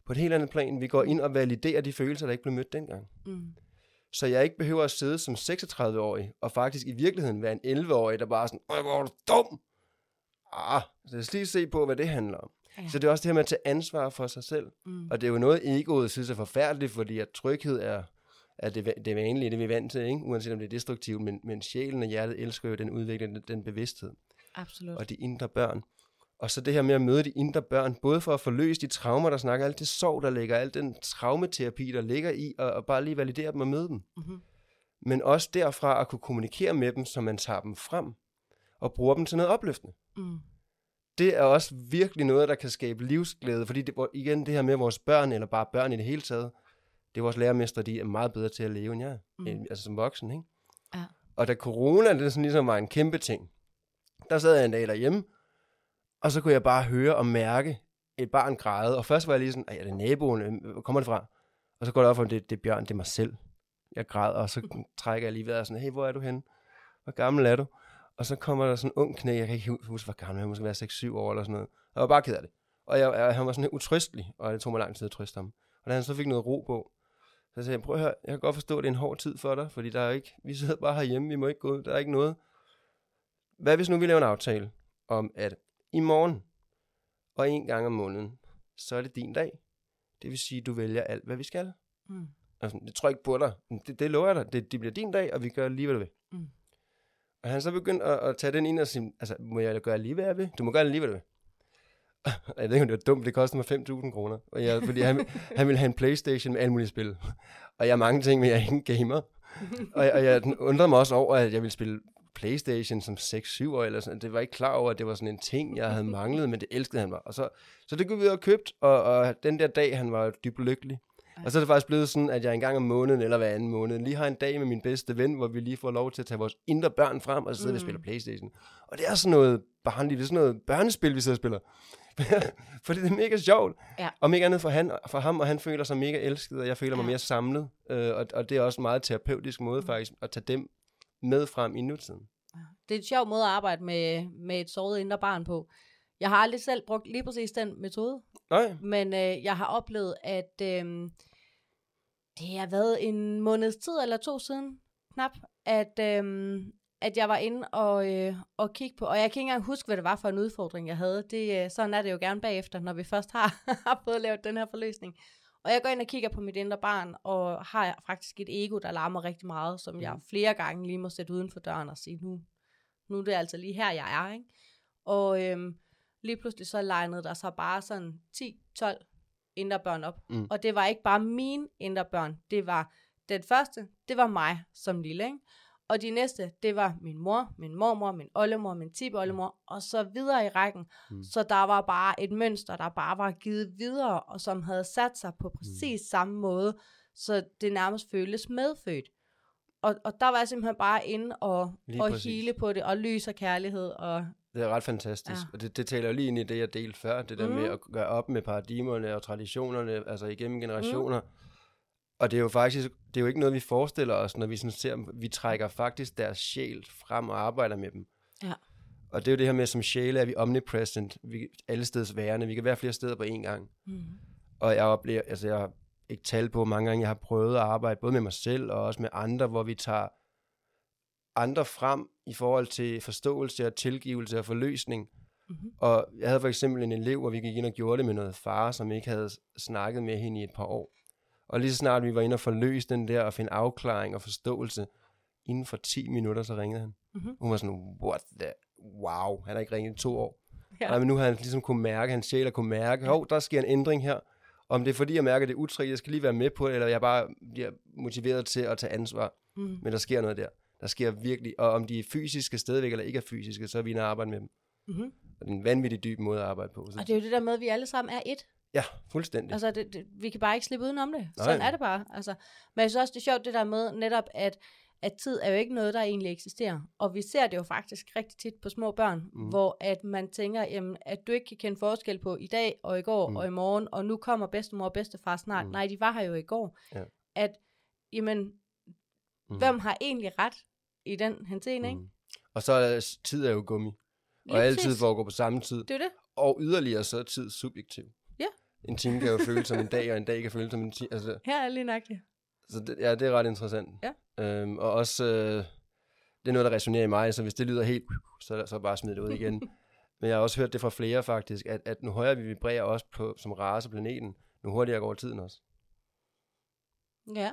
på et helt andet plan. Vi går ind og validerer de følelser, der ikke blev mødt dengang. Mm. Så jeg ikke behøver at sidde som seksogtredive-årig, og faktisk i virkeligheden være en elleve-årig, der bare er sådan, åh, hvor er du dum! Ah, så lad os lige se på, hvad det handler om. Ja. Så det er også det her med at tage ansvar for sig selv. Mm. Og det er jo noget, egoet synes er forfærdeligt, fordi at tryghed er, er det, det vanlige, det vi er vant til, ikke? Uanset om det er destruktivt, men, men sjælen og hjertet elsker jo den udvikling, den, den bevidsthed. Absolut. Og de indre børn. Og så det her med at møde de indre børn, både for at forløse de traumer, der snakker, alt det sorg, der ligger, alt den traumaterapi, der ligger i, og, og bare lige validere dem og møde dem. Mm-hmm. Men også derfra at kunne kommunikere med dem, så man tager dem frem og bruger dem til noget opløftende. Mm. Det er også virkelig noget, der kan skabe livsglæde, fordi det, igen det her med vores børn, eller bare børn i det hele taget, det er vores lærermestre, de er meget bedre til at leve end jeg, mm. altså som voksen, ikke? Ja. Og da corona, det sådan ligesom var en kæmpe ting, der sad jeg en dag derhjemme, og så kunne jeg bare høre og mærke et barn græde, og først var jeg lige sådan, er det naboen, hvor kommer det fra? Og så går det op for, det, det er Bjørn, det er mig selv. Jeg græder, og så trækker jeg lige vejret sådan, hey, hvor er du henne? Hvor gammel er du? Og så kommer der sådan en ung knæ, jeg kan ikke huske, hvor gammel jeg måske være seks syv år eller sådan noget. Og jeg var bare ked af det. Og jeg, jeg, han var sådan helt utrøstelig, og det tog mig lang tid at trøste ham. Og da han så fik noget ro på, så sagde jeg, prøv at høre, jeg kan godt forstå, at det er en hård tid for dig, fordi der er ikke, vi sidder bare herhjemme, vi må ikke gå ud, der er ikke noget. Hvad hvis nu vi laver en aftale om, at i morgen og en gang om måneden, så er det din dag. Det vil sige, at du vælger alt, hvad vi skal. Mm. Altså, det tror jeg ikke på dig. Det, det lover jeg dig. Det, det bliver din dag, og vi gør lige, hvad du vil. Mm. Og han så begyndte at, at tage den ind og sige, altså, må jeg gøre lige, hvad jeg vil? Du må gøre lige, hvad du vil. Jeg ved ikke, om det var dumt. Det kostede mig fem tusind kroner. Og jeg, fordi han, han ville have en PlayStation med alle mulige spil. Og jeg har mange ting, men jeg er ikke en gamer. og, jeg, og jeg undrede mig også over, at jeg ville spille PlayStation som seks syv år eller sådan. Det var ikke klar over, at det var sådan en ting, jeg havde manglet, men det elskede han mig. Og så, så det kunne vi have købt, og, og den der dag, han var dybt lykkelig. Og så er det faktisk blevet sådan, at jeg en gang om måneden, eller hver anden måned, lige har en dag med min bedste ven, hvor vi lige får lov til at tage vores indre børn frem, og så sidder vi mm. og spiller PlayStation. Og det er sådan noget barnligt, det er sådan noget børnespil, vi sidder og spiller. Fordi det er mega sjovt. Ja. Og mega andet for, han, for ham, og han føler sig mega elsket, og jeg føler mig ja. mere samlet. Øh, og, og det er også en meget terapeutisk måde mm. faktisk, at tage dem med frem i nutiden. Ja. Det er en sjov måde at arbejde med, med et såret indre barn på. Jeg har aldrig selv brugt lige præcis den metode. Nej. Men øh, jeg har oplevet, at øh, det har været en måneds tid eller to siden, knap, at, øh, at jeg var inde og, øh, og kigge på, og jeg kan ikke engang huske, hvad det var for en udfordring, jeg havde. Det, øh, sådan er det jo gerne bagefter, når vi først har, har fået lavet den her forløsning. Og jeg går ind og kigger på mit indre barn, og har faktisk et ego, der larmer rigtig meget, som mm. jeg flere gange lige må sætte uden for døren og sige, nu, nu er det altså lige her, jeg er, ikke? Og øh, lige pludselig så legnede der så bare sådan ti tolv indre børn op. Mm. Og det var ikke bare mine indre børn. Det var den første, det var mig som lille, ikke? Og de næste, det var min mor, min mormor, min oldemor, min tipoldemor, og så videre i rækken. Mm. Så der var bare et mønster, der bare var givet videre, og som havde sat sig på præcis mm. samme måde, så det nærmest føltes medfødt. Og, og der var jeg simpelthen bare inde og, og hele på det, og lys og kærlighed, og det er ret fantastisk, ja. Og det, det taler jo lige ind i det, jeg delte før, det der mm. med at gøre op med paradigmerne og traditionerne, altså igennem generationer. Mm. Og det er jo faktisk, det er jo ikke noget, vi forestiller os, når vi sådan ser, vi trækker faktisk deres sjæl frem og arbejder med dem. Ja. Og det er jo det her med, som sjæle er vi omnipresent, vi er alle steds værende, vi kan være flere steder på én gang. Mm. Og jeg oplever, altså jeg har ikke talt på, mange gange jeg har prøvet at arbejde, både med mig selv og også med andre, hvor vi tager andre frem i forhold til forståelse og tilgivelse og forløsning. Mm-hmm. Og jeg havde for eksempel en elev, hvor vi gik ind og gjorde det med noget far, som ikke havde snakket med hende i et par år. Og lige så snart vi var inde og forløse den der og finde afklaring og forståelse, inden for ti minutter, så ringede han. Mm-hmm. Hun var sådan, what the, wow, han har ikke ringet i to år. Ja. Og men nu har han ligesom kunne mærke, hans sjæl har kunne mærke, hov, der sker en ændring her. Om det er fordi, jeg mærker, at det er utrygt, jeg skal lige være med på det, eller jeg bare bliver motiveret til at tage ansvar. Mm. Men der sker noget der. Der sker virkelig, og om de er fysiske stadigvæk eller ikke er fysiske, så er vi inde og arbejde med dem. Mm-hmm. Og det er en vanvittig dyb måde at arbejde på. Så. Og det er jo det der med, at vi alle sammen er et. Ja, fuldstændig. Altså, det, det, vi kan bare ikke slippe udenom det. Sådan Nej. er det bare. Altså, men jeg synes også, det er sjovt det der med netop, at, at tid er jo ikke noget, der egentlig eksisterer. Og vi ser det jo faktisk rigtig tit på små børn, mm. hvor at man tænker, jamen, at du ikke kan kende forskel på i dag og i går mm. og i morgen, og nu kommer bedstemor og bedstefar snart. Mm. Nej, de var her jo i går. Ja. At, jamen, mm. hvem har egentlig ret i den henseende, ikke? Mm. Og så er tid er jo gummi. Og altid foregår på samme tid. Det er det. Og yderligere så er tid subjektiv. Ja. En time kan jo føles som en dag, og en dag kan føles som en time. Altså, ja, lige nøjagtigt. Så det, ja, det er ret interessant. Ja. Øhm, og også, øh, det er noget, der resonerer i mig, så hvis det lyder helt, så, så bare smid det ud igen. Men jeg har også hørt det fra flere faktisk, at, at nu højere vi vibrerer også på, som race planeten, nu hurtigere går tiden også. Ja.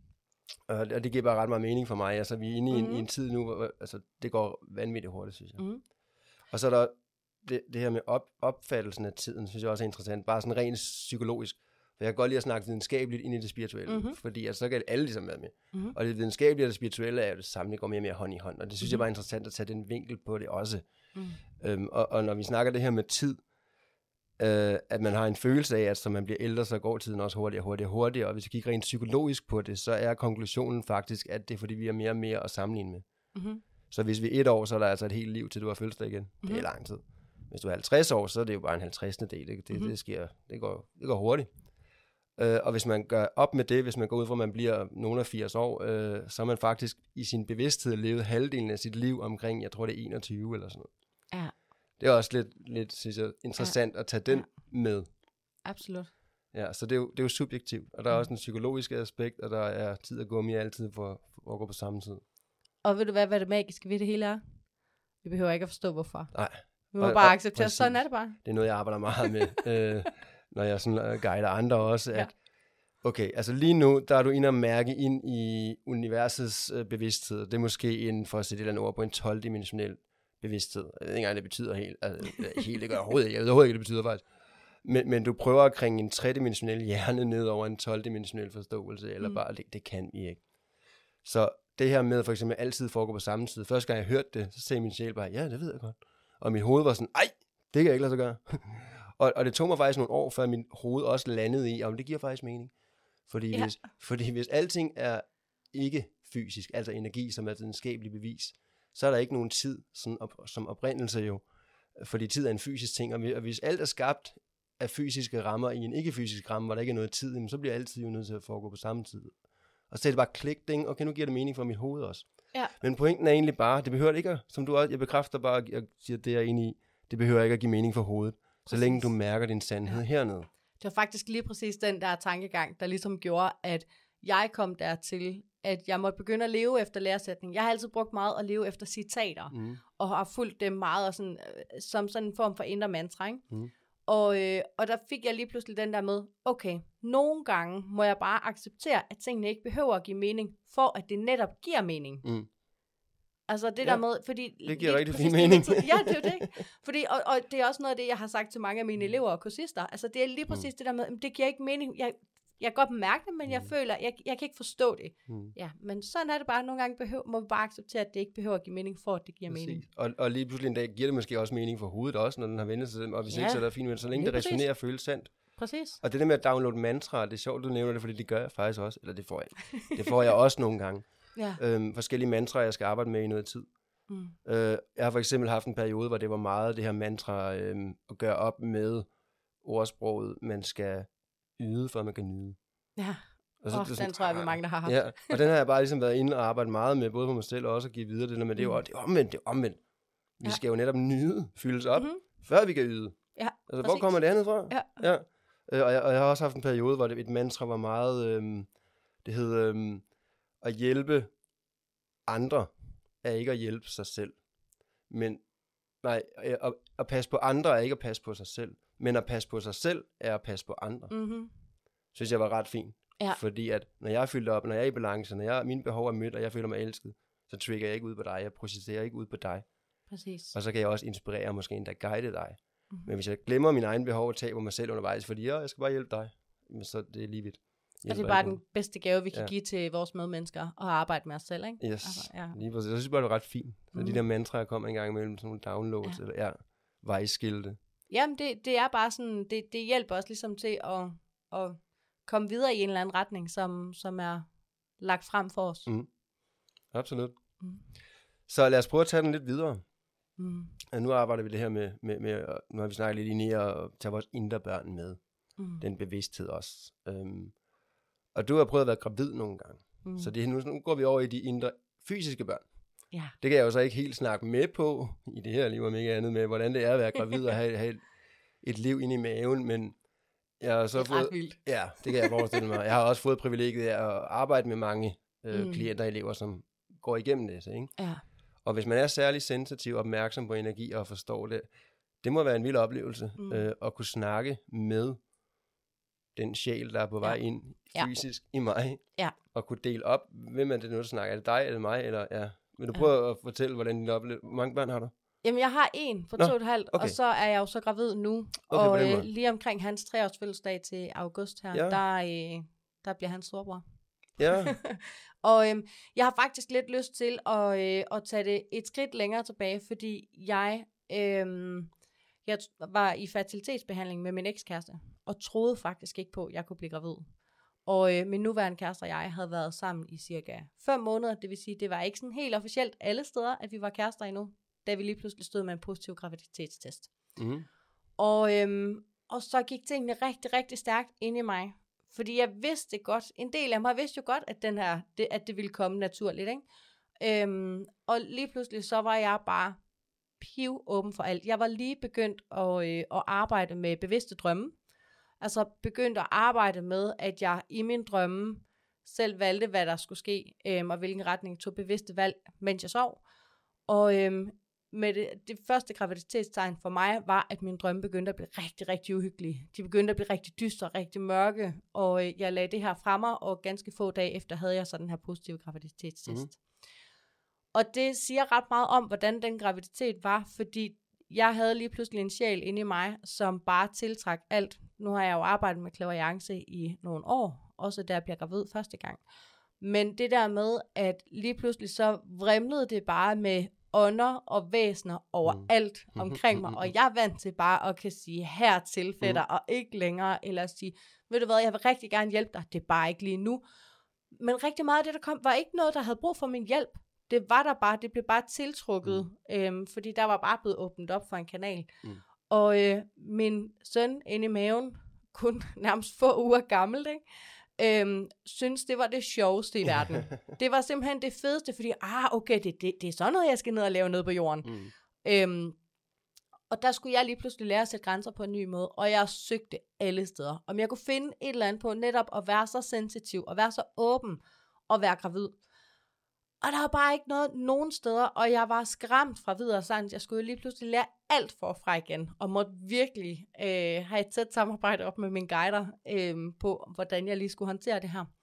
Og det, og det giver bare ret meget mening for mig. Altså, vi er inde i, mm-hmm. en, i en tid nu, hvor altså, det går vanvittigt hurtigt, synes jeg. Mm-hmm. Og så er der det, det her med op, opfattelsen af tiden, synes jeg også er interessant. Bare sådan rent psykologisk. For jeg kan godt lide at snakke videnskabeligt ind i det spirituelle. Mm-hmm. Fordi altså, så kan alle ligesom være med. Mm-hmm. Og det videnskabelige og det spirituelle er jo det samme. Det går mere og mere hånd i hånd. Og det synes mm-hmm. jeg bare er interessant at tage den vinkel på det også. Mm. Øhm, og, og når vi snakker det her med tid, øh, at man har en følelse af, at som man bliver ældre, så går tiden også hurtigere, hurtigere, hurtigere. Og hvis vi kigger rent psykologisk på det, så er konklusionen faktisk, at det er fordi, vi har mere og mere at sammenligne med. Mm-hmm. Så hvis vi er et år, så er der altså et helt liv, til du har fødselsdag igen. Mm-hmm. Det er lang tid. Hvis du er halvtreds år, så er det jo bare en halvtredsende del. Det, det, mm-hmm. det, sker, det, går, det går hurtigt. Øh, og hvis man gør op med det, hvis man går ud fra, at man bliver nogen af firs år, øh, så er man faktisk i sin bevidsthed levet halvdelen af sit liv omkring, jeg tror det er enogtyve eller sådan noget. Ja. Det er også lidt, lidt synes jeg, interessant ja. At tage den ja. Med. Absolut. Ja, så det er jo, det er jo subjektivt. Og der er også en psykologisk aspekt, og der er tid at gå med altid for, for at gå på samme tid. Og ved du hvad, hvad det magiske ved det hele er? Vi behøver ikke at forstå, hvorfor. Nej. Vi må og, bare acceptere, sådan er det bare. Det er noget, jeg arbejder meget med, øh, når jeg sådan guider andre også, at ja. Okay, altså lige nu, der er du inde og mærke ind i universets øh, bevidsthed. Det er måske inden for at sætte et eller andet ord på en tolv-dimensionel bevidsthed. Jeg ved ikke engang, det betyder helt. Altså, helt det gør jeg overhovedet ikke. Jeg ved overhovedet ikke, det betyder faktisk. Men, men du prøver at kringe en tredimensionel hjerne ned over en tolv-dimensionel forståelse, eller mm. bare, det, det kan vi ikke. Så det her med for eksempel altid foregår på samme tid. Første gang jeg hørte det, så sagde min sjæl bare, ja, det ved jeg godt. Og mit hoved var sådan, ej, det kan jeg ikke lade sig gøre. og, og det tog mig faktisk nogle år, før min hoved også landede i, om det giver faktisk mening. Fordi, ja. hvis, fordi hvis alting er ikke fysisk, altså energi, som er videnskabelig bevis, så er der ikke nogen tid sådan op, som oprindelse jo. Fordi tid er en fysisk ting, og hvis alt er skabt af fysiske rammer i en ikke-fysisk ramme, hvor der ikke er noget tid, så bliver altid jo nødt til at foregå på samme tid. Og så er det bare klik, ding, okay, nu giver det mening for mit hoved også. Ja. Men pointen er egentlig bare, det behøver ikke at, som du også, jeg bekræfter bare, jeg siger, det er jeg enig i, det behøver ikke at give mening for hovedet, præcis. Så længe du mærker din sandhed ja. Hernede. Det var faktisk lige præcis den der tankegang, der ligesom gjorde, at jeg kom dertil, at jeg måtte begynde at leve efter læresætning. Jeg har altid brugt meget at leve efter citater, mm. og har fulgt dem meget og sådan, som sådan en form for indre mantra, ikke? Mm. Og, øh, og der fik jeg lige pludselig den der med, okay, nogle gange må jeg bare acceptere, at tingene ikke behøver at give mening, for at det netop giver mening. Mm. Altså det ja, der med, fordi... Det giver rigtig fin mening. Ja, det er jo det. Fordi, og, og det er også noget af det, jeg har sagt til mange af mine elever og kursister. Altså det er lige præcis mm. det der med, det giver ikke mening. Jeg, jeg kan godt mærke det, men jeg mm. føler, jeg, jeg kan ikke forstå det. Mm. Ja, men sådan er det bare. Nogle gange behøver, må vi bare acceptere, at det ikke behøver at give mening, for at det giver præcis. Mening. Og, og lige pludselig en dag giver det måske også mening for hovedet også, når den har vendt sig. Og hvis ja. Ikke, så er det fint, men så længe det resonerer og føles sandt. Præcis. Og det der med at downloade mantra, det er sjovt, du nævner det, fordi det gør jeg faktisk også. Eller det får jeg. Det får jeg også nogle gange. Ja. Øhm, forskellige mantraer, jeg skal arbejde med i noget tid. Mm. Øh, jeg har for eksempel haft en periode, hvor det var meget det her mantra øh, at gøre op med ordsproget, man skal yde, for at man kan nyde. Ja, og så, oh, det, sådan, den tror jeg, vi mange, der har haft. Ja, og den har jeg bare ligesom været inde og arbejdet meget med, både på mig selv og også at give videre det der med, det er jo det er omvendt, det er omvendt. Vi ja. Skal jo netop nyde, fyldes op, mm-hmm. før vi kan yde. Ja, altså, hvor kommer det andet fra? Ja. Ja. Øh, og, jeg, og jeg har også haft en periode, hvor det, et mantra var meget, øh, det hed øh, at hjælpe andre, er ikke at hjælpe sig selv. Men nej, at, at passe på andre er ikke at passe på sig selv. Men at passe på sig selv er at passe på andre. Mm-hmm. Synes jeg var ret fint. Ja. Fordi at når jeg er fyldt op, når jeg er i balance, når jeg, mine behov er mødt, og jeg føler mig elsket, så trigger jeg ikke ud på dig. Jeg processerer ikke ud på dig. Præcis. Og så kan jeg også inspirere og måske endda guide dig. Mm-hmm. Men hvis jeg glemmer mine egne behov og taber mig selv undervejs, fordi ja, jeg skal bare hjælpe dig, så det er lige vidt. Og det er bare den bedste gave, vi kan ja. Give til vores medmennesker, og arbejde med os selv, ikke? Yes, altså, ja. Lige præcis. Jeg synes bare, det var ret fint. Så mm. de der mantraer kommer en gang imellem, sådan nogle downloads, ja. Eller ja, vejskilte. Jamen, det, det er bare sådan, det, det hjælper os ligesom til at, at komme videre i en eller anden retning, som, som er lagt frem for os. Mm. Absolut. Mm. Så lad os prøve at tage den lidt videre. Mm. Og nu arbejder vi det her med, med, med nu har vi snakket lidt ind i at tage vores indre børn med. Mm. Den bevidsthed også. Um, Og du har prøvet at være gravid nogle gange. Mm. Så det, nu, nu går vi over i de indre fysiske børn. Ja. Det kan jeg jo så ikke helt snakke med på i det her liv, om ikke andet med, hvordan det er at være gravid og have, have et, et liv inde i maven. Men Jeg har så det er fået, ret vildt. Ja, det kan jeg forestille mig. Jeg har også fået privilegiet af at arbejde med mange øh, Mm. klienter og elever, som går igennem det. Ikke? Ja. Og hvis man er særlig sensitiv og opmærksom på energi og forstår det, det må være en vild oplevelse Mm. øh, at kunne snakke med den sjæl, der er på vej Ja. ind Ja. fysisk i mig, Ja. og kunne dele op, hvem er det nu, der snakker? Er det dig eller mig? Eller, ja. Vil du Ja. prøve at fortælle, hvordan din oplevelse... Hvor mange børn har du? Jamen, jeg har en på Nå, to og et halvt, okay. og så er jeg jo så gravid nu. Okay, på og den øh, måde. lige omkring hans treårs fødselsdag til august her, Ja. der, øh, der bliver han storbror. Ja, Og øhm, jeg har faktisk lidt lyst til at, øh, at tage det et skridt længere tilbage, fordi jeg, øhm, jeg t- var i fertilitetsbehandling med min ekskæreste, og troede faktisk ikke på, at jeg kunne blive gravid. Og øh, min nuværende kæreste og jeg havde været sammen i cirka fem måneder, det vil sige, det var ikke sådan helt officielt alle steder, at vi var kærester endnu, da vi lige pludselig stod med en positiv graviditetstest. mm. Og, øhm, og så gik tingene rigtig, rigtig stærkt ind i mig. Fordi jeg vidste godt, en del af mig vidste jo godt, at, den her, det, at det ville komme naturligt. Ikke? Øhm, og lige pludselig så var jeg bare piv åben for alt. Jeg var lige begyndt at, øh, at arbejde med bevidste drømme. Altså begyndt at arbejde med, at jeg i min drømme selv valgte, hvad der skulle ske, øhm, og hvilken retning tog bevidste valg, mens jeg sov. Og øhm, med det, det første graviditetstegn for mig var, at mine drømme begyndte at blive rigtig, rigtig uhyggelige. De begyndte at blive rigtig dystre, rigtig mørke, og øh, jeg lagde det her fra mig, og ganske få dage efter havde jeg så den her positive graviditetstest. Mm. Og det siger ret meget om, hvordan den graviditet var, fordi jeg havde lige pludselig en sjæl inde i mig, som bare tiltrak alt. Nu har jeg jo arbejdet med clairvoyance i nogle år, også da jeg bliver gravid første gang. Men det der med, at lige pludselig så vrimlede det bare med ånder og væsener overalt mm. omkring mig, og jeg er vant til bare at kan sige hertil, fætter, mm. og ikke længere, eller sige, ved du hvad, jeg vil rigtig gerne hjælpe dig, det er bare ikke lige nu. Men rigtig meget af det, der kom, var ikke noget, der havde brug for min hjælp. Det var der bare, det blev bare tiltrukket, mm. øhm, fordi der var bare blevet åbnet op for en kanal. Mm. Og øh, min søn inde i maven, kun nærmest få uger gammel, ikke? Øhm, synes det var det sjoveste i verden. Det var simpelthen det fedeste, fordi ah okay, det, det, det er sådan noget, jeg skal ned og lave noget på jorden. Mm. Øhm, og der skulle jeg lige pludselig lære at sætte grænser på en ny måde, og jeg søgte alle steder. Om jeg kunne finde et eller andet på netop at være så sensitiv, og være så åben, og være gravid. Og der var bare ikke noget nogen steder, og jeg var skræmt fra videre sådan, jeg skulle lige pludselig lære alt forfra igen, og måtte virkelig øh, have et tæt samarbejde op med mine guider øh, på, hvordan jeg lige skulle håndtere det her.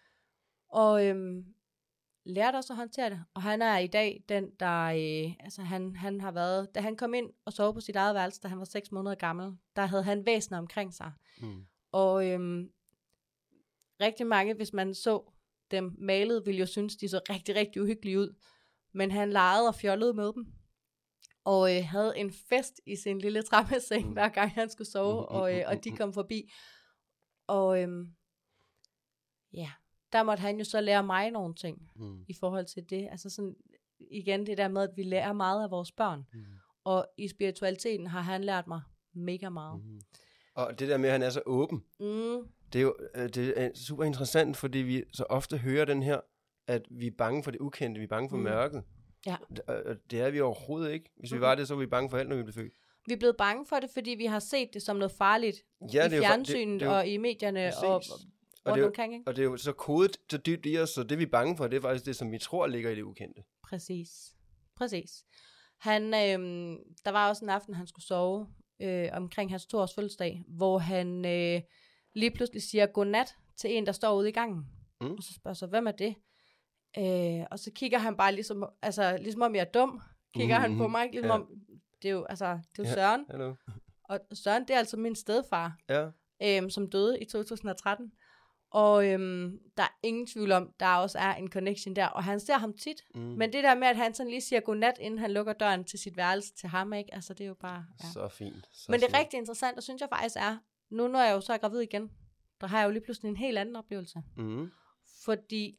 Og øh, lærte også at håndtere det, og han er i dag den, der, øh, altså han, han har været, da han kom ind og sov på sit eget værelse, da han var seks måneder gammel, der havde han væsener omkring sig. Mm. Og øh, rigtig mange, hvis man så dem malet, ville jo synes, de så rigtig, rigtig uhyggelige ud. Men han legede og fjollede med dem. Og øh, havde en fest i sin lille trappeseng, mm. hver gang han skulle sove, og, øh, og de kom forbi. Og øh, ja, der måtte han jo så lære mig nogle ting, mm. i forhold til det. Altså sådan, igen det der med, at vi lærer meget af vores børn. Mm. Og i spiritualiteten har han lært mig mega meget. Mm. Og det der med, at han er så åben, mm. det er jo det er super interessant, fordi vi så ofte hører den her, at vi er bange for det ukendte, vi er bange for mm. mørket. Ja. Og det er vi overhovedet ikke. Hvis mm. vi var det, så var vi bange for alt, når vi blev født. Vi er blevet bange for det, fordi vi har set det som noget farligt ja, i fjernsynet det, det jo, og i medierne og, og rundt og omkring. Ikke? Og det er jo så kodet så dybt i os, så det vi er bange for, det er faktisk det, som vi tror ligger i det ukendte. Præcis. Præcis. Han, øh, der var også en aften, han skulle sove øh, omkring hans toårs fødselsdag, hvor han øh, lige pludselig siger godnat til en, der står ude i gangen. Mm. Og så spørger så, hvem er det? Øh, og så kigger han bare ligesom, altså, ligesom om jeg er dum, kigger mm-hmm. han på mig, ligesom ja. om, det er jo, altså, det er jo ja. Søren. Hello. Og Søren, det er altså min stedfar, ja. øhm, som døde i to tusind og tretten. Og øhm, der er ingen tvivl om, der også er en connection der, og han ser ham tit. Mm. Men det der med, at han sådan lige siger godnat, inden han lukker døren til sit værelse til ham, ikke? Altså, det er jo bare... Ja. Så fint. Så Men det er fint. rigtig interessant, og synes jeg faktisk er, nu når jeg jo så er gravid igen, der har jeg jo lige pludselig en helt anden oplevelse. Mm. Fordi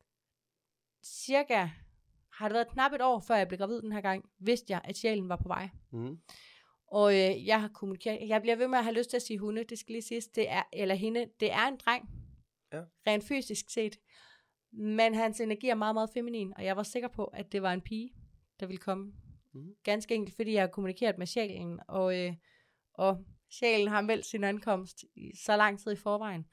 cirka, har det været knap et år, før jeg blev gravid den her gang, vidste jeg, at sjælen var på vej. Mm. Og øh, jeg har kommunikeret, jeg bliver ved med at have lyst til at sige hunde, det skal lige siges, det er, eller hende, det er en dreng, ja. Rent fysisk set, men hans energi er meget, meget feminin, og jeg var sikker på, at det var en pige, der ville komme. Mm. Ganske enkelt, fordi jeg har kommunikeret med sjælen, og, øh, og Sjælen har meldt sin ankomst i så lang tid i forvejen.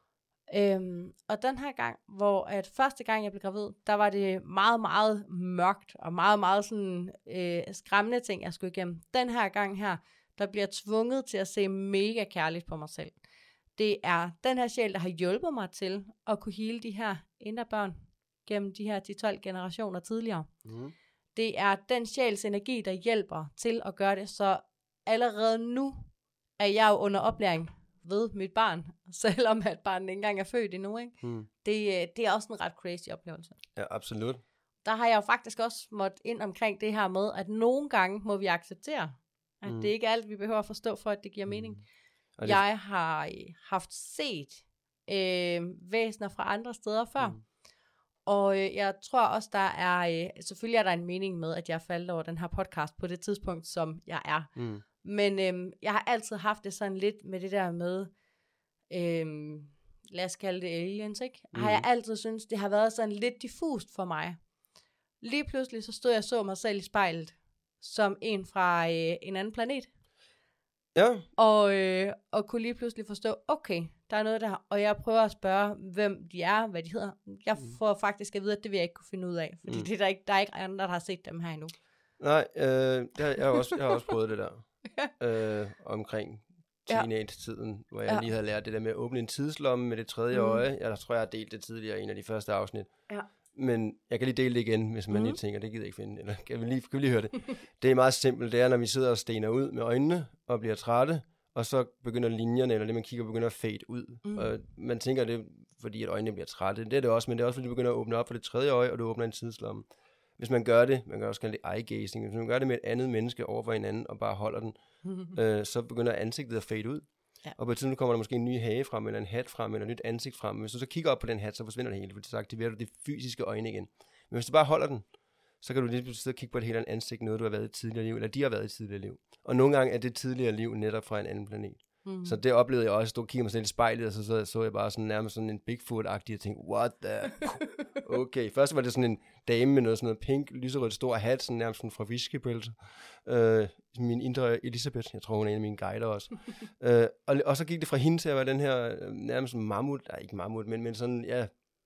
Øhm, og den her gang, hvor at første gang jeg blev gravid, der var det meget, meget mørkt, og meget, meget sådan øh, skræmmende ting, jeg skulle igennem. Den her gang her, der bliver jeg tvunget til at se mega kærligt på mig selv. Det er den her sjæl, der har hjulpet mig til at kunne hele de her indre børn gennem de her ti til tolv generationer tidligere. Mm. Det er den sjæls energi, der hjælper til at gøre det, så allerede nu er jeg jo under oplæring ved mit barn, selvom at barnet ikke engang er født endnu. Ikke? Mm. Det, det er også en ret crazy oplevelse. Ja, absolut. Der har jeg jo faktisk også måttet ind omkring det her med, at nogle gange må vi acceptere, at mm. det ikke er alt, vi behøver at forstå, for at det giver mening. Mm. Det... Jeg har øh, haft set øh, væsener fra andre steder før, mm. og øh, jeg tror også, der er, øh, selvfølgelig er der en mening med, at jeg faldt over den her podcast på det tidspunkt, som jeg er. Mm. Men øh, jeg har altid haft det sådan lidt med det der med, øh, lad os kalde det aliens, ikke? Mm. Har jeg altid synes det har været sådan lidt diffust for mig. Lige pludselig så stod jeg og så mig selv i spejlet, som en fra øh, en anden planet. Ja. Og, øh, og kunne lige pludselig forstå, okay, der er noget der, og jeg prøver at spørge, hvem de er, hvad de hedder. Jeg får mm. faktisk at vide, at det vil jeg ikke kunne finde ud af, fordi mm. det er der, ikke, der er ikke andre, der har set dem her endnu. Nej, øh, det har, jeg, har også, jeg har også prøvet det der, øh, omkring teenage-tiden, hvor jeg ja. lige havde lært det der med at åbne en tidslomme med det tredje mm. øje. Jeg tror, jeg har delt det tidligere i en af de første afsnit. Ja. Men jeg kan lige dele det igen, hvis man mm. lige tænker, det gider jeg ikke finde, eller kan vi lige, kan vi lige høre det. Det er meget simpelt, det er, når vi sidder og stener ud med øjnene, og bliver trætte, og så begynder linjerne, eller det man kigger, begynder at fade ud. Mm. Og man tænker, det er fordi, at øjnene bliver trætte. Det er det også, men det er også, fordi du begynder at åbne op for det tredje øje, og du åbner en tidslomme. Hvis man gør det, man kan også kalde det eye-gazing, hvis man gør det med et andet menneske over for hinanden, og bare holder den, mm. øh, så begynder ansigtet at fade ud. Ja. Og på et tidspunkt kommer der måske en ny hage frem, eller en hat frem, eller et nyt ansigt frem. Hvis du så kigger op på den hat, så forsvinder det hele, fordi så aktiverer du de fysiske øjne igen. Men hvis du bare holder den, så kan du lige pludselig sidde og kigge på et helt andet ansigt, noget du har været i tidligere liv, eller de har været i tidligere liv. Og nogle gange er det tidligere liv netop fra en anden planet. Mm. Så det oplevede jeg også, at stå og kigge mig selv i spejlet, og så, så så jeg bare sådan nærmest sådan en Bigfoot-agtig, og tænkte, what the... Okay, først var det sådan en dame med noget sådan noget pink, lyserødt stor hat, sådan nærmest sådan fra whiskybælse. Øh, min indre Elisabeth, jeg tror hun er en af mine guider også. øh, og, og så gik det fra hende til at være den her nærmest mammut, nej ikke mammut, men, men sådan, ja,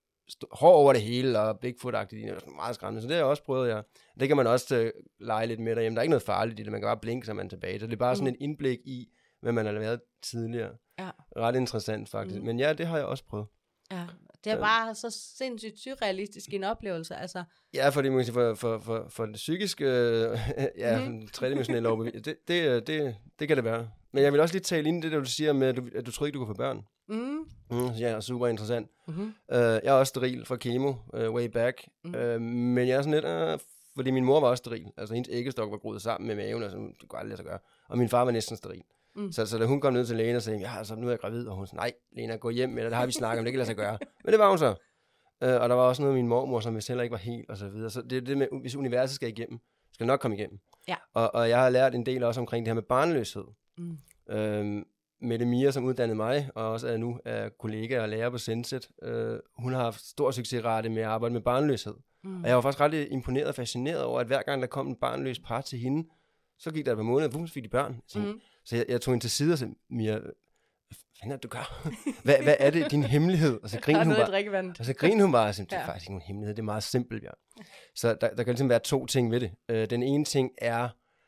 hår over det hele, og Bigfoot-agtigt, det er meget skræmmende, så det har jeg også prøvet, ja. Det kan man også uh, lege lidt med derhjemme, der er ikke noget farligt i det, man kan bare blinke, så man er tilbage. Så det er bare sådan mm. et indblik i, hvad man har været tidligere. Ja. Ret interessant faktisk, mm. men ja, det har jeg også prøvet. Ja, det er bare så sindssygt surrealistisk en oplevelse, altså. Ja, fordi man kan sige, for, for, for, for det psykiske, øh, ja, mm-hmm. tredimensionelle overbevisning, det, det, det, det kan det være. Men jeg vil også lige tale ind i det, der du siger med, at du, at du tror ikke, du kan få børn. Mm. Mm, ja, super interessant. Mm-hmm. Uh, jeg er også steril fra kemo, uh, way back, mm. uh, men jeg er sådan lidt, uh, fordi min mor var også steril, altså hendes æggestok var groet sammen med maven, altså det kunne aldrig lade sig gøre, og min far var næsten steril. Mm. Så, så da hun kom ned til lægen og sagde, ja, altså nu er jeg gravid, og hun sagde, nej, Lena, gå hjem, eller det har vi snakket om, det kan lade sig gøre. Men det var hun så. Uh, og der var også noget af min mormor, som vist heller ikke var helt, og så videre. Så det er det med, hvis universet skal igennem, skal nok komme igennem. Ja. Og, og jeg har lært en del også omkring det her med barnløshed. Mm. Uh, Mette Mia, som uddannede mig, og også er nu er kollega og lærer på Senset, uh, hun har haft stor succesrate med at arbejde med barnløshed. Mm. Og jeg var faktisk ret imponeret og fascineret over, at hver gang der kom en barnløs par til hende, så gik der et par måneder, hvor hun fik de børn. Så, mm. så jeg, jeg tog hende til side og sagde, Mia, hvad fanden er det, du gør? hvad, hvad er det, din hemmelighed? Og så grinede hun bare. Og så grinede hun bare og sagde, det er ja. faktisk ikke nogen hemmelighed, det er meget simpelt, ja. Så der, der kan ligesom være to ting ved det. Uh, den ene ting er,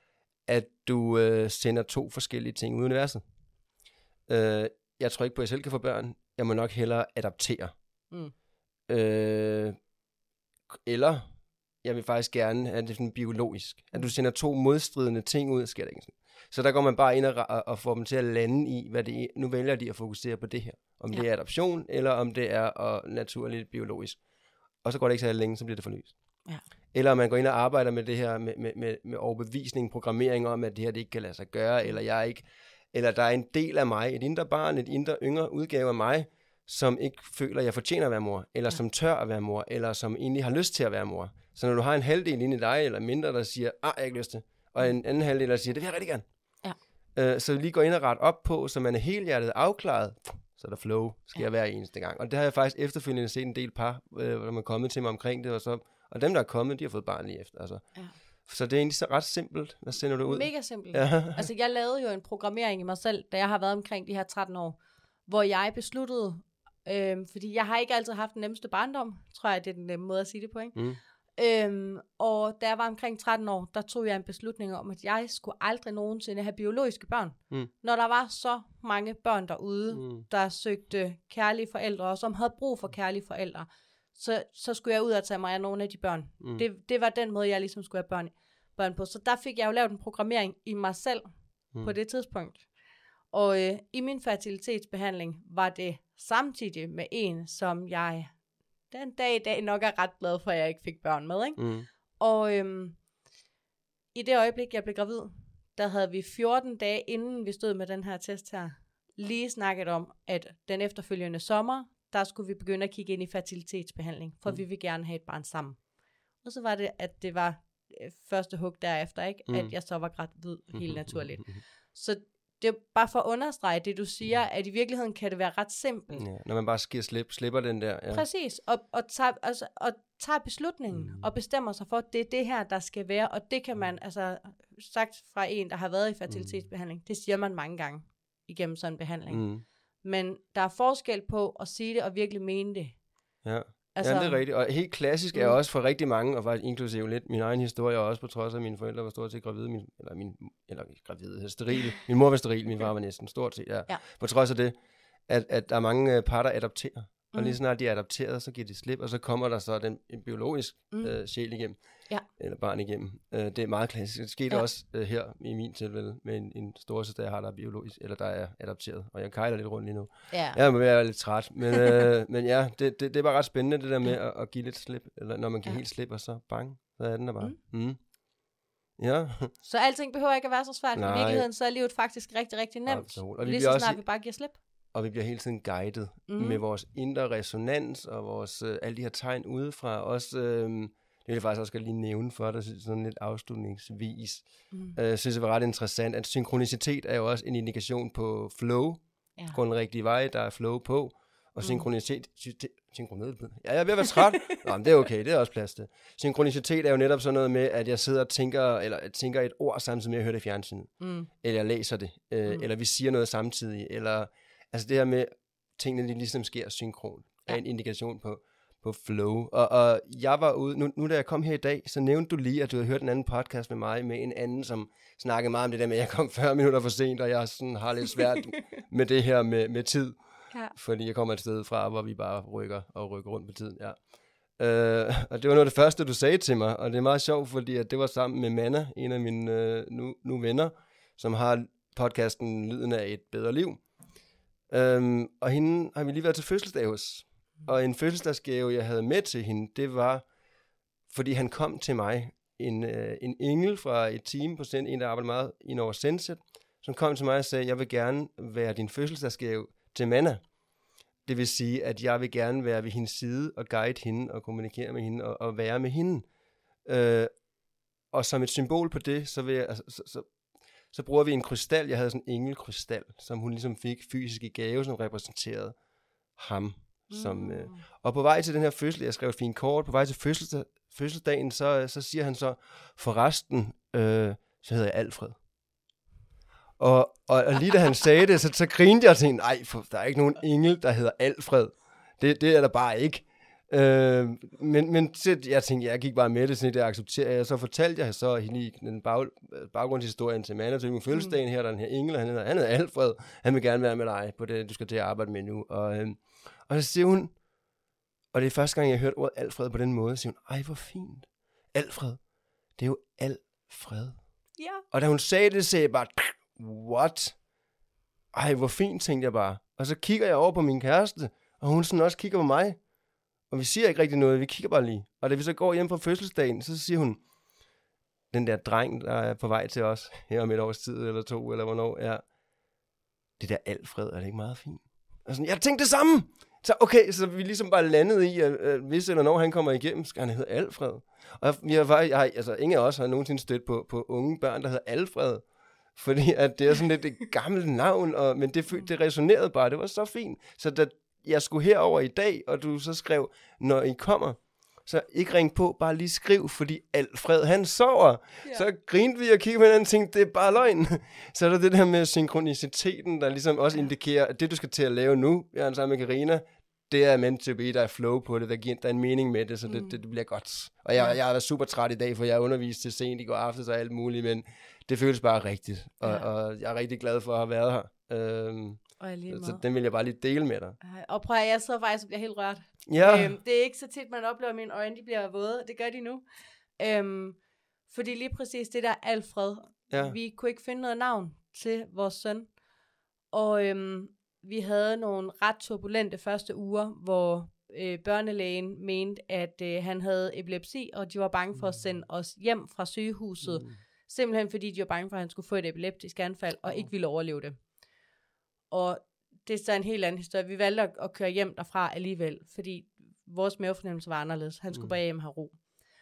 at du uh, sender to forskellige ting ud i universet. Uh, jeg tror ikke på, at jeg selv kan få børn. Jeg må nok hellere adaptere. Mm. Uh, eller... Jeg vil faktisk gerne have det sådan biologisk. At du sender to modstridende ting ud, sker det ikke. Så der går man bare ind og, og får dem til at lande i, hvad det er. Nu vælger de at fokusere på det her. Om ja. det er adoption, eller om det er og naturligt biologisk. Og så går det ikke så længe, så bliver det forløst. Ja. Eller man går ind og arbejder med det her, med, med, med, med overbevisning, programmering om, at det her det ikke kan lade sig gøre, eller jeg ikke, eller der er en del af mig, et indre barn, et indre yngre udgave af mig, som ikke føler, at jeg fortjener at være mor, eller ja. som tør at være mor, eller som egentlig har lyst til at være mor. Så når du har en halvdel inde i dig, eller mindre, der siger, ah, jeg har ikke lyst til, og en anden halvdel, der siger, det vil jeg rigtig gerne. Ja. Øh, så lige går ind og ret op på, så man er helhjertet afklaret, så der flow sker ja. hver eneste gang. Og det har jeg faktisk efterfølgende set en del par, øh, hvor man er kommet til mig omkring det, og, så, og dem, der er kommet, de har fået barn lige efter. Altså. Ja. Så det er egentlig så ret simpelt. Hvad sender du ud? Mega simpelt. Ja. Altså, jeg lavede jo en programmering i mig selv, da jeg har været omkring de her tretten år, hvor jeg besluttede, øh, fordi jeg har ikke altid haft den nemmeste barndom, tror jeg, det er den nemme måde at sige det på, ikke? Mm. Øhm, og da jeg var omkring tretten år, der tog jeg en beslutning om, at jeg skulle aldrig nogensinde have biologiske børn. Mm. Når der var så mange børn derude, Mm. der søgte kærlige forældre, og som havde brug for kærlige forældre, så, så skulle jeg ud og tage mig af nogle af de børn. Mm. Det, det var den måde, jeg ligesom skulle have børn, børn på. Så der fik jeg jo lavet en programmering i mig selv mm. på det tidspunkt. Og øh, i min fertilitetsbehandling var det samtidig med en, som jeg den dag i dag nok er ret glad for, at jeg ikke fik børn med, ikke? Mm. Og øhm, i det øjeblik, jeg blev gravid, der havde vi fjorten dage, inden vi stod med den her test her, lige snakket om, at den efterfølgende sommer, der skulle vi begynde at kigge ind i fertilitetsbehandling, for mm. vi vil gerne have et barn sammen. Og så var det, at det var øh, første hug derefter, ikke? Mm. At jeg så var gravid helt naturligt. Så det er bare for at understrege det, du siger, at i virkeligheden kan det være ret simpelt. Ja, når man bare sker slip, slipper den der. Ja. Præcis, og, og, tager, altså, og tager beslutningen, mm. og bestemmer sig for, at det er det her, der skal være, og det kan man, altså sagt fra en, der har været i fertilitetsbehandling, mm. det siger man mange gange igennem sådan en behandling. Mm. Men der er forskel på at sige det og virkelig mene det. Ja. Altså, ja, det er rigtigt. Og helt klassisk er mm. også for rigtig mange, og faktisk inklusive lidt min egen historie, også på trods af, at mine forældre var stort set gravide, min, eller min, eller gravide, steril. Min mor var steril, min far var næsten stort set, ja. ja. På trods af det, at, at der er mange par, der adopterer. Og lige snart de er adopteret, så giver de slip, og så kommer der så den en biologisk mm. øh, sjæl igennem, ja. eller barn igennem. Øh, det er meget klassisk. Det skete ja. også øh, her i min tilfælde med en, en storesøster, jeg har, der er biologisk, eller der er adopteret. Og jeg kejler lidt rundt lige nu. Ja. Jeg må være lidt træt. Men, øh, men ja, det, det, det var ret spændende, det der med at, at give lidt slip. Eller når man giver ja. helt slip, og så bang, så er den der bare. Mm. Mm. Ja. Så alting behøver ikke at være så svært. I virkeligheden så er livet faktisk rigtig, rigtig nemt. Og lige så snart også... vi bare giver slip. Og vi bliver hele tiden guidet mm. med vores indre resonans og vores øh, alle de her tegn udefra. Også, øh, det vil jeg faktisk også godt lige nævne for dig, sådan lidt afslutningsvis. Mm. Øh, jeg synes, det var ret interessant, at synkronicitet er jo også en indikation på flow. Ja. Gå den rigtige vej, der er flow på. Og mm. synkronicitet... Synkronicitet... Ja, jeg er ved at være træt. Nå, men det er okay, det er også plads til. Synkronicitet er jo netop sådan noget med, at jeg sidder og tænker, eller tænker et ord samtidig med at høre det i fjernsynet. Mm. Eller jeg læser det. Øh, mm. Eller vi siger noget samtidig. Eller... Altså det her med, tingene ligesom sker synkron, er ja. en indikation på, på flow. Og, og jeg var ude, nu, nu da jeg kom her i dag, så nævnte du lige, at du havde hørt en anden podcast med mig, med en anden, som snakkede meget om det der med, at jeg kom fyrre minutter for sent, og jeg sådan har lidt svært med det her med, med tid. Ja. Fordi jeg kommer et sted fra, hvor vi bare rykker og rykker rundt på tiden. Ja. Uh, og det var noget af det første, du sagde til mig, og det er meget sjovt, fordi at det var sammen med Manna, en af mine uh, nu, nu venner, som har podcasten Lyden af et bedre liv. Um, og hende har vi lige været til fødselsdag hos. Og en fødselsdagsgave, jeg havde med til hende, det var, fordi han kom til mig, en, uh, en engel fra et team på Senset, en der arbejder meget ind over Senset, som kom til mig og sagde, jeg vil gerne være din fødselsdagsgave til Manna. Det vil sige, at jeg vil gerne være ved hendes side og guide hende og kommunikere med hende og, og være med hende. Uh, og som et symbol på det, så vil jeg, altså, så, så, så bruger vi en krystal. Jeg havde sådan en engelkrystal, som hun ligesom fik fysisk i gave, som repræsenterede ham. Mm. Som, øh, og på vej til den her fødsel, jeg skrev et fint kort, på vej til fødselsdag, fødselsdagen, så, så siger han så, forresten, øh, så hedder jeg Alfred. Og, og, og lige da han sagde det, så, så grinede jeg og tænkte, nej, for der er ikke nogen engel, der hedder Alfred. Det, det er der bare ikke. Øh, men men så, jeg tænkte, jeg gik bare med det, sådan det accepterer jeg. Så fortalte jeg så hende den bag, baggrundshistorien til Manna, til min fødselsdagen her, der den her engel, han hedder, han hedder Alfred, han vil gerne være med dig på det, du skal til at arbejde med nu. Og, øh, og så siger hun, og det er første gang, jeg har hørt ordet Alfred på den måde, så siger hun, ej, hvor fint. Alfred, det er jo Alfred. Ja. Og da hun sagde det, sagde jeg bare, what? Ej, hvor fint, tænkte jeg bare. Og så kigger jeg over på min kæreste, og hun sådan også kigger på mig. Og vi siger ikke rigtig noget, vi kigger bare lige. Og da vi så går hjem fra fødselsdagen, så siger hun, den der dreng, der er på vej til os, her om et års tid eller to, eller hvornår, er, det der Alfred, er det ikke meget fint? Og sådan, jeg tænkte det samme! Så okay, så vi ligesom bare landede i, at, at hvis eller når han kommer igennem, skal han hedde Alfred. Og vi har faktisk, jeg har, altså ingen af os har nogensinde stødt på, på unge børn, der hedder Alfred. Fordi at det er sådan lidt et gammelt navn, og, men det, det resonerede bare, det var så fint. Så da jeg skulle herover i dag, og du så skrev, når I kommer, så ikke ring på, bare lige skriv, fordi Alfred, han sover. Ja. Så grinte vi og kiggede på hinanden og tænkte, det er bare løgn. Så er der det der med synkroniciteten, der ligesom også indikerer, at det, du skal til at lave nu, jeg er sammen med Karina, det er meant to be, der er flow på det, der giver der er en mening med det, så det, mm. det, det bliver godt. Og jeg, jeg har været super træt i dag, for jeg har undervist til sent i går aftes og alt muligt, men det føles bare rigtigt, og, ja. og jeg er rigtig glad for at have været her. Øhm, så, så den vil jeg bare lige dele med dig. Og prøv at jeg så faktisk bliver helt rørt. Ja. Øhm, det er ikke så tit, man oplever, at mine øjne de bliver våde. Det gør de nu. Øhm, fordi lige præcis det der Alfred, ja. Vi kunne ikke finde noget navn til vores søn. Og øhm, vi havde nogle ret turbulente første uger, hvor øh, børnelægen mente, at øh, han havde epilepsi, og de var bange for at sende os hjem fra sygehuset. Mm. Simpelthen fordi de var bange for, at han skulle få et epileptisk anfald, og ikke ville overleve det. Og det er så en helt anden historie. Vi valgte at, at køre hjem derfra alligevel, fordi vores mavefornemmelse var anderledes. Han skulle mm. bare hjem have ro.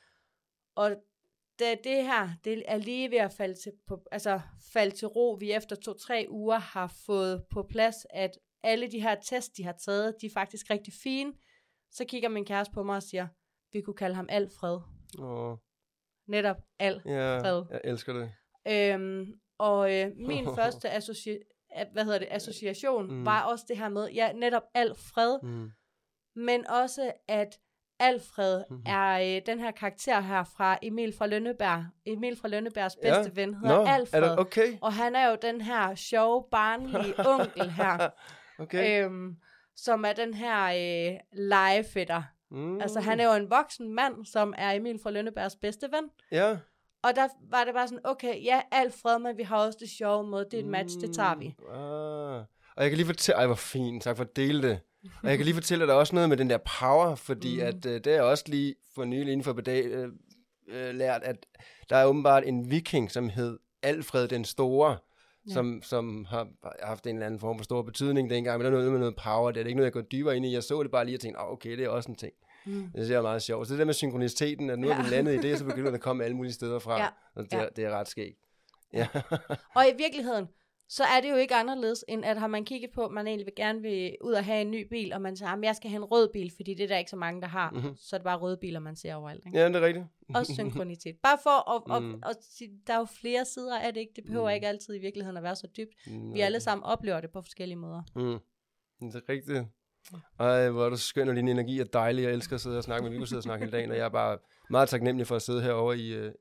Og da det her, det er lige ved at falde til, på, altså, falde til ro, vi efter to-tre uger har fået på plads, at alle de her tests, de har taget, de er faktisk rigtig fine. Så kigger min kæreste på mig og siger, vi kunne kalde ham Alfred. Åh. Netop Alfred. Ja, jeg elsker det. Øhm, og øh, min første associ- hvad hedder det, association mm. var også det her med, ja, netop Alfred, mm. men også at Alfred mm-hmm. er øh, den her karakter her fra Emil fra Lønneberg. Emil fra Lønnebergs bedste ja. ven hedder no, Alfred. Okay? Og han er jo den her sjove, barnlige onkel her. Okay. Øhm, som er den her øh, legefætter. Mm. Altså han er jo en voksen mand, som er Emil fra Lønnebergs bedste ven. Ja. Og der var det bare sådan, okay, ja, Alfred, men vi har også det sjove med, det er et match, det tager vi. Ah. Og jeg kan lige fortælle, ej hvor fint, tak for at dele det. Og jeg kan lige fortælle, at der er også noget med den der power, fordi mm. at øh, det er også lige for nylig inden for bedag, øh, øh, lært, at der er åbenbart en viking, som hed Alfred den Store, ja. som, som har haft en eller anden form for stor betydning dengang, men der er noget med noget power, det er ikke noget, jeg går dybere ind i. Jeg så det bare lige og tænkte, oh, okay, det er også en ting. Mm. Det synes jeg er meget sjovt. Så det der med synkroniciteten, at nu ja. er vi landet i det, så begynder det at komme alle mulige steder fra. Ja. Og det, ja. det er ret skægt. Ja. Og i virkeligheden, så er det jo ikke anderledes, end at har man kigget på, at man egentlig vil gerne vil ud og have en ny bil, og man siger, at jeg skal have en rød bil, fordi det er der ikke så mange, der har. Mm-hmm. Så er det bare røde biler, man ser overalt. Ikke? Ja, det er rigtigt. Også synkronitet. Bare for at, mm. at, at, at sige, der er jo flere sider af det, ikke? Det behøver mm. ikke altid i virkeligheden at være så dybt. Mm. Vi alle sammen oplever det på forskellige måder. Mm. Det er rigtigt. Ej, hvor er du skøn, og din energi er dejlig. Jeg elsker at sidde og snakke med, vi kunne sidde og snakke hele dagen, og jeg er bare meget taknemmelig for at sidde herovre i, uh,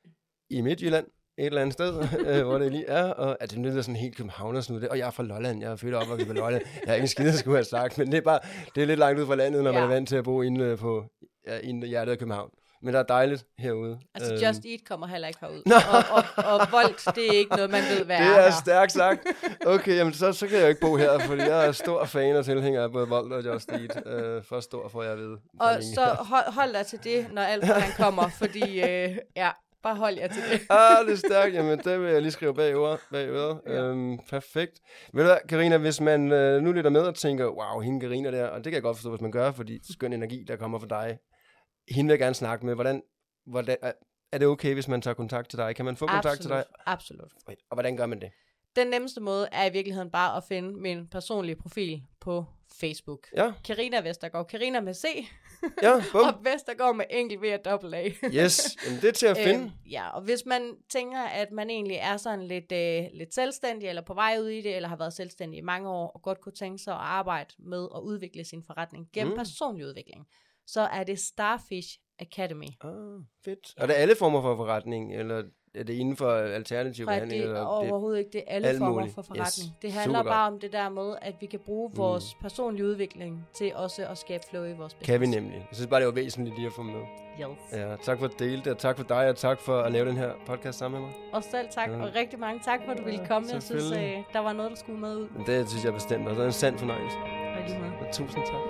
i Midtjylland. Et eller andet sted, øh, hvor det lige er, og at det lyder sådan helt københavners nu, det, og jeg er fra Lolland, jeg er født op og på Lolland, jeg har ikke en skid, jeg skulle have sagt, men det er bare, det er lidt langt ud fra landet, når ja. man er vant til at bo inde på, ja, inde i hjertet af København. Men der er dejligt herude. Altså øhm. Just Eat kommer heller ikke herud, og, og, og Volt, det er ikke noget, man ved, hvad det er Det er her. stærkt sagt. Okay, jamen så, så kan jeg jo ikke bo her, fordi jeg er stor fan og tilhænger af både Volt og Just Eat. Øh, for stor får jeg ved. Og så hold, hold dig til det, når Alfred han kommer, fordi øh, ja, bare hold jer til det. Ah, det er stærkt. Jamen, det vil jeg lige skrive bag øret. Bag øret. Ja. Øhm, perfekt. Ved du hvad, Karina, hvis man øh, nu lytter med og tænker, wow, hende Karina der, og det kan jeg godt forstå, hvis man gør, fordi skøn energi, der kommer fra dig. Hende vil jeg gerne snakke med. Hvordan, hvordan, er det okay, hvis man tager kontakt til dig? Kan man få kontakt absolut, til dig? Absolut. Og hvordan gør man det? Den nemmeste måde er i virkeligheden bare at finde min personlige profil på Facebook. Ja. Karina Vestergaard. Karina med C. Ja, bum. Og Vestergaard med enkelt V og dobbelt A. Yes, jamen det er til at finde. Øhm, ja, og hvis man tænker, at man egentlig er sådan lidt, øh, lidt selvstændig, eller på vej ud i det, eller har været selvstændig i mange år, og godt kunne tænke sig at arbejde med at udvikle sin forretning gennem mm. personlig udvikling, så er det Starfish Academy. Ah, fedt. Ja. Og det er alle former for forretning, eller er det inden for alternativ behandling? Det er overhovedet ikke. Det er alle former muligt. for forretning. Yes. Det handler Super bare godt. om det der med, at vi kan bruge vores mm. personlige udvikling til også at skabe flow i vores business. Kan vi nemlig. Jeg synes bare, det var væsentligt lige at få med. Yes. Ja, tak for at dele det, og tak for dig, og tak for at lave den her podcast sammen med mig. Og selv tak, ja. og rigtig mange tak for, at du ville komme. Jeg synes, øh, der var noget, der skulle med ud. Det synes jeg bestemt, og det er en sand fornøjelse. Og lige med. Tusind tak.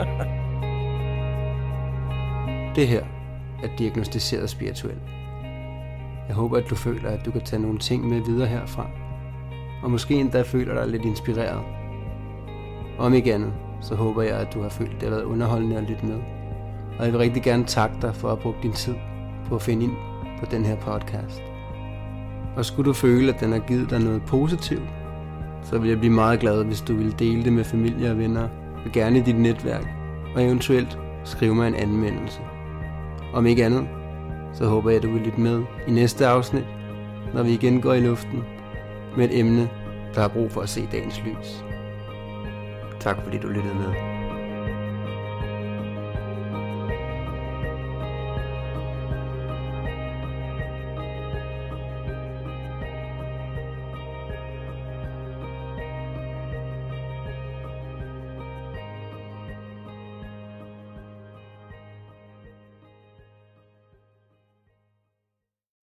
Det her er diagnosticeret spirituelt. Jeg håber, at du føler, at du kan tage nogle ting med videre herfra. Og måske endda føler dig lidt inspireret. Om ikke andet, så håber jeg, at du har følt, at det har været underholdende at lytte med. Og jeg vil rigtig gerne takke dig for at have brugt din tid på at finde ind på den her podcast. Og skulle du føle, at den har givet dig noget positivt, så vil jeg blive meget glad, hvis du vil dele det med familie og venner, og gerne i dit netværk, og eventuelt skrive mig en anmeldelse. om ikke andet, så håber jeg, at du vil lytte med i næste afsnit, når vi igen går i luften med et emne, der har brug for at se dagens lys. Tak fordi du lyttede med.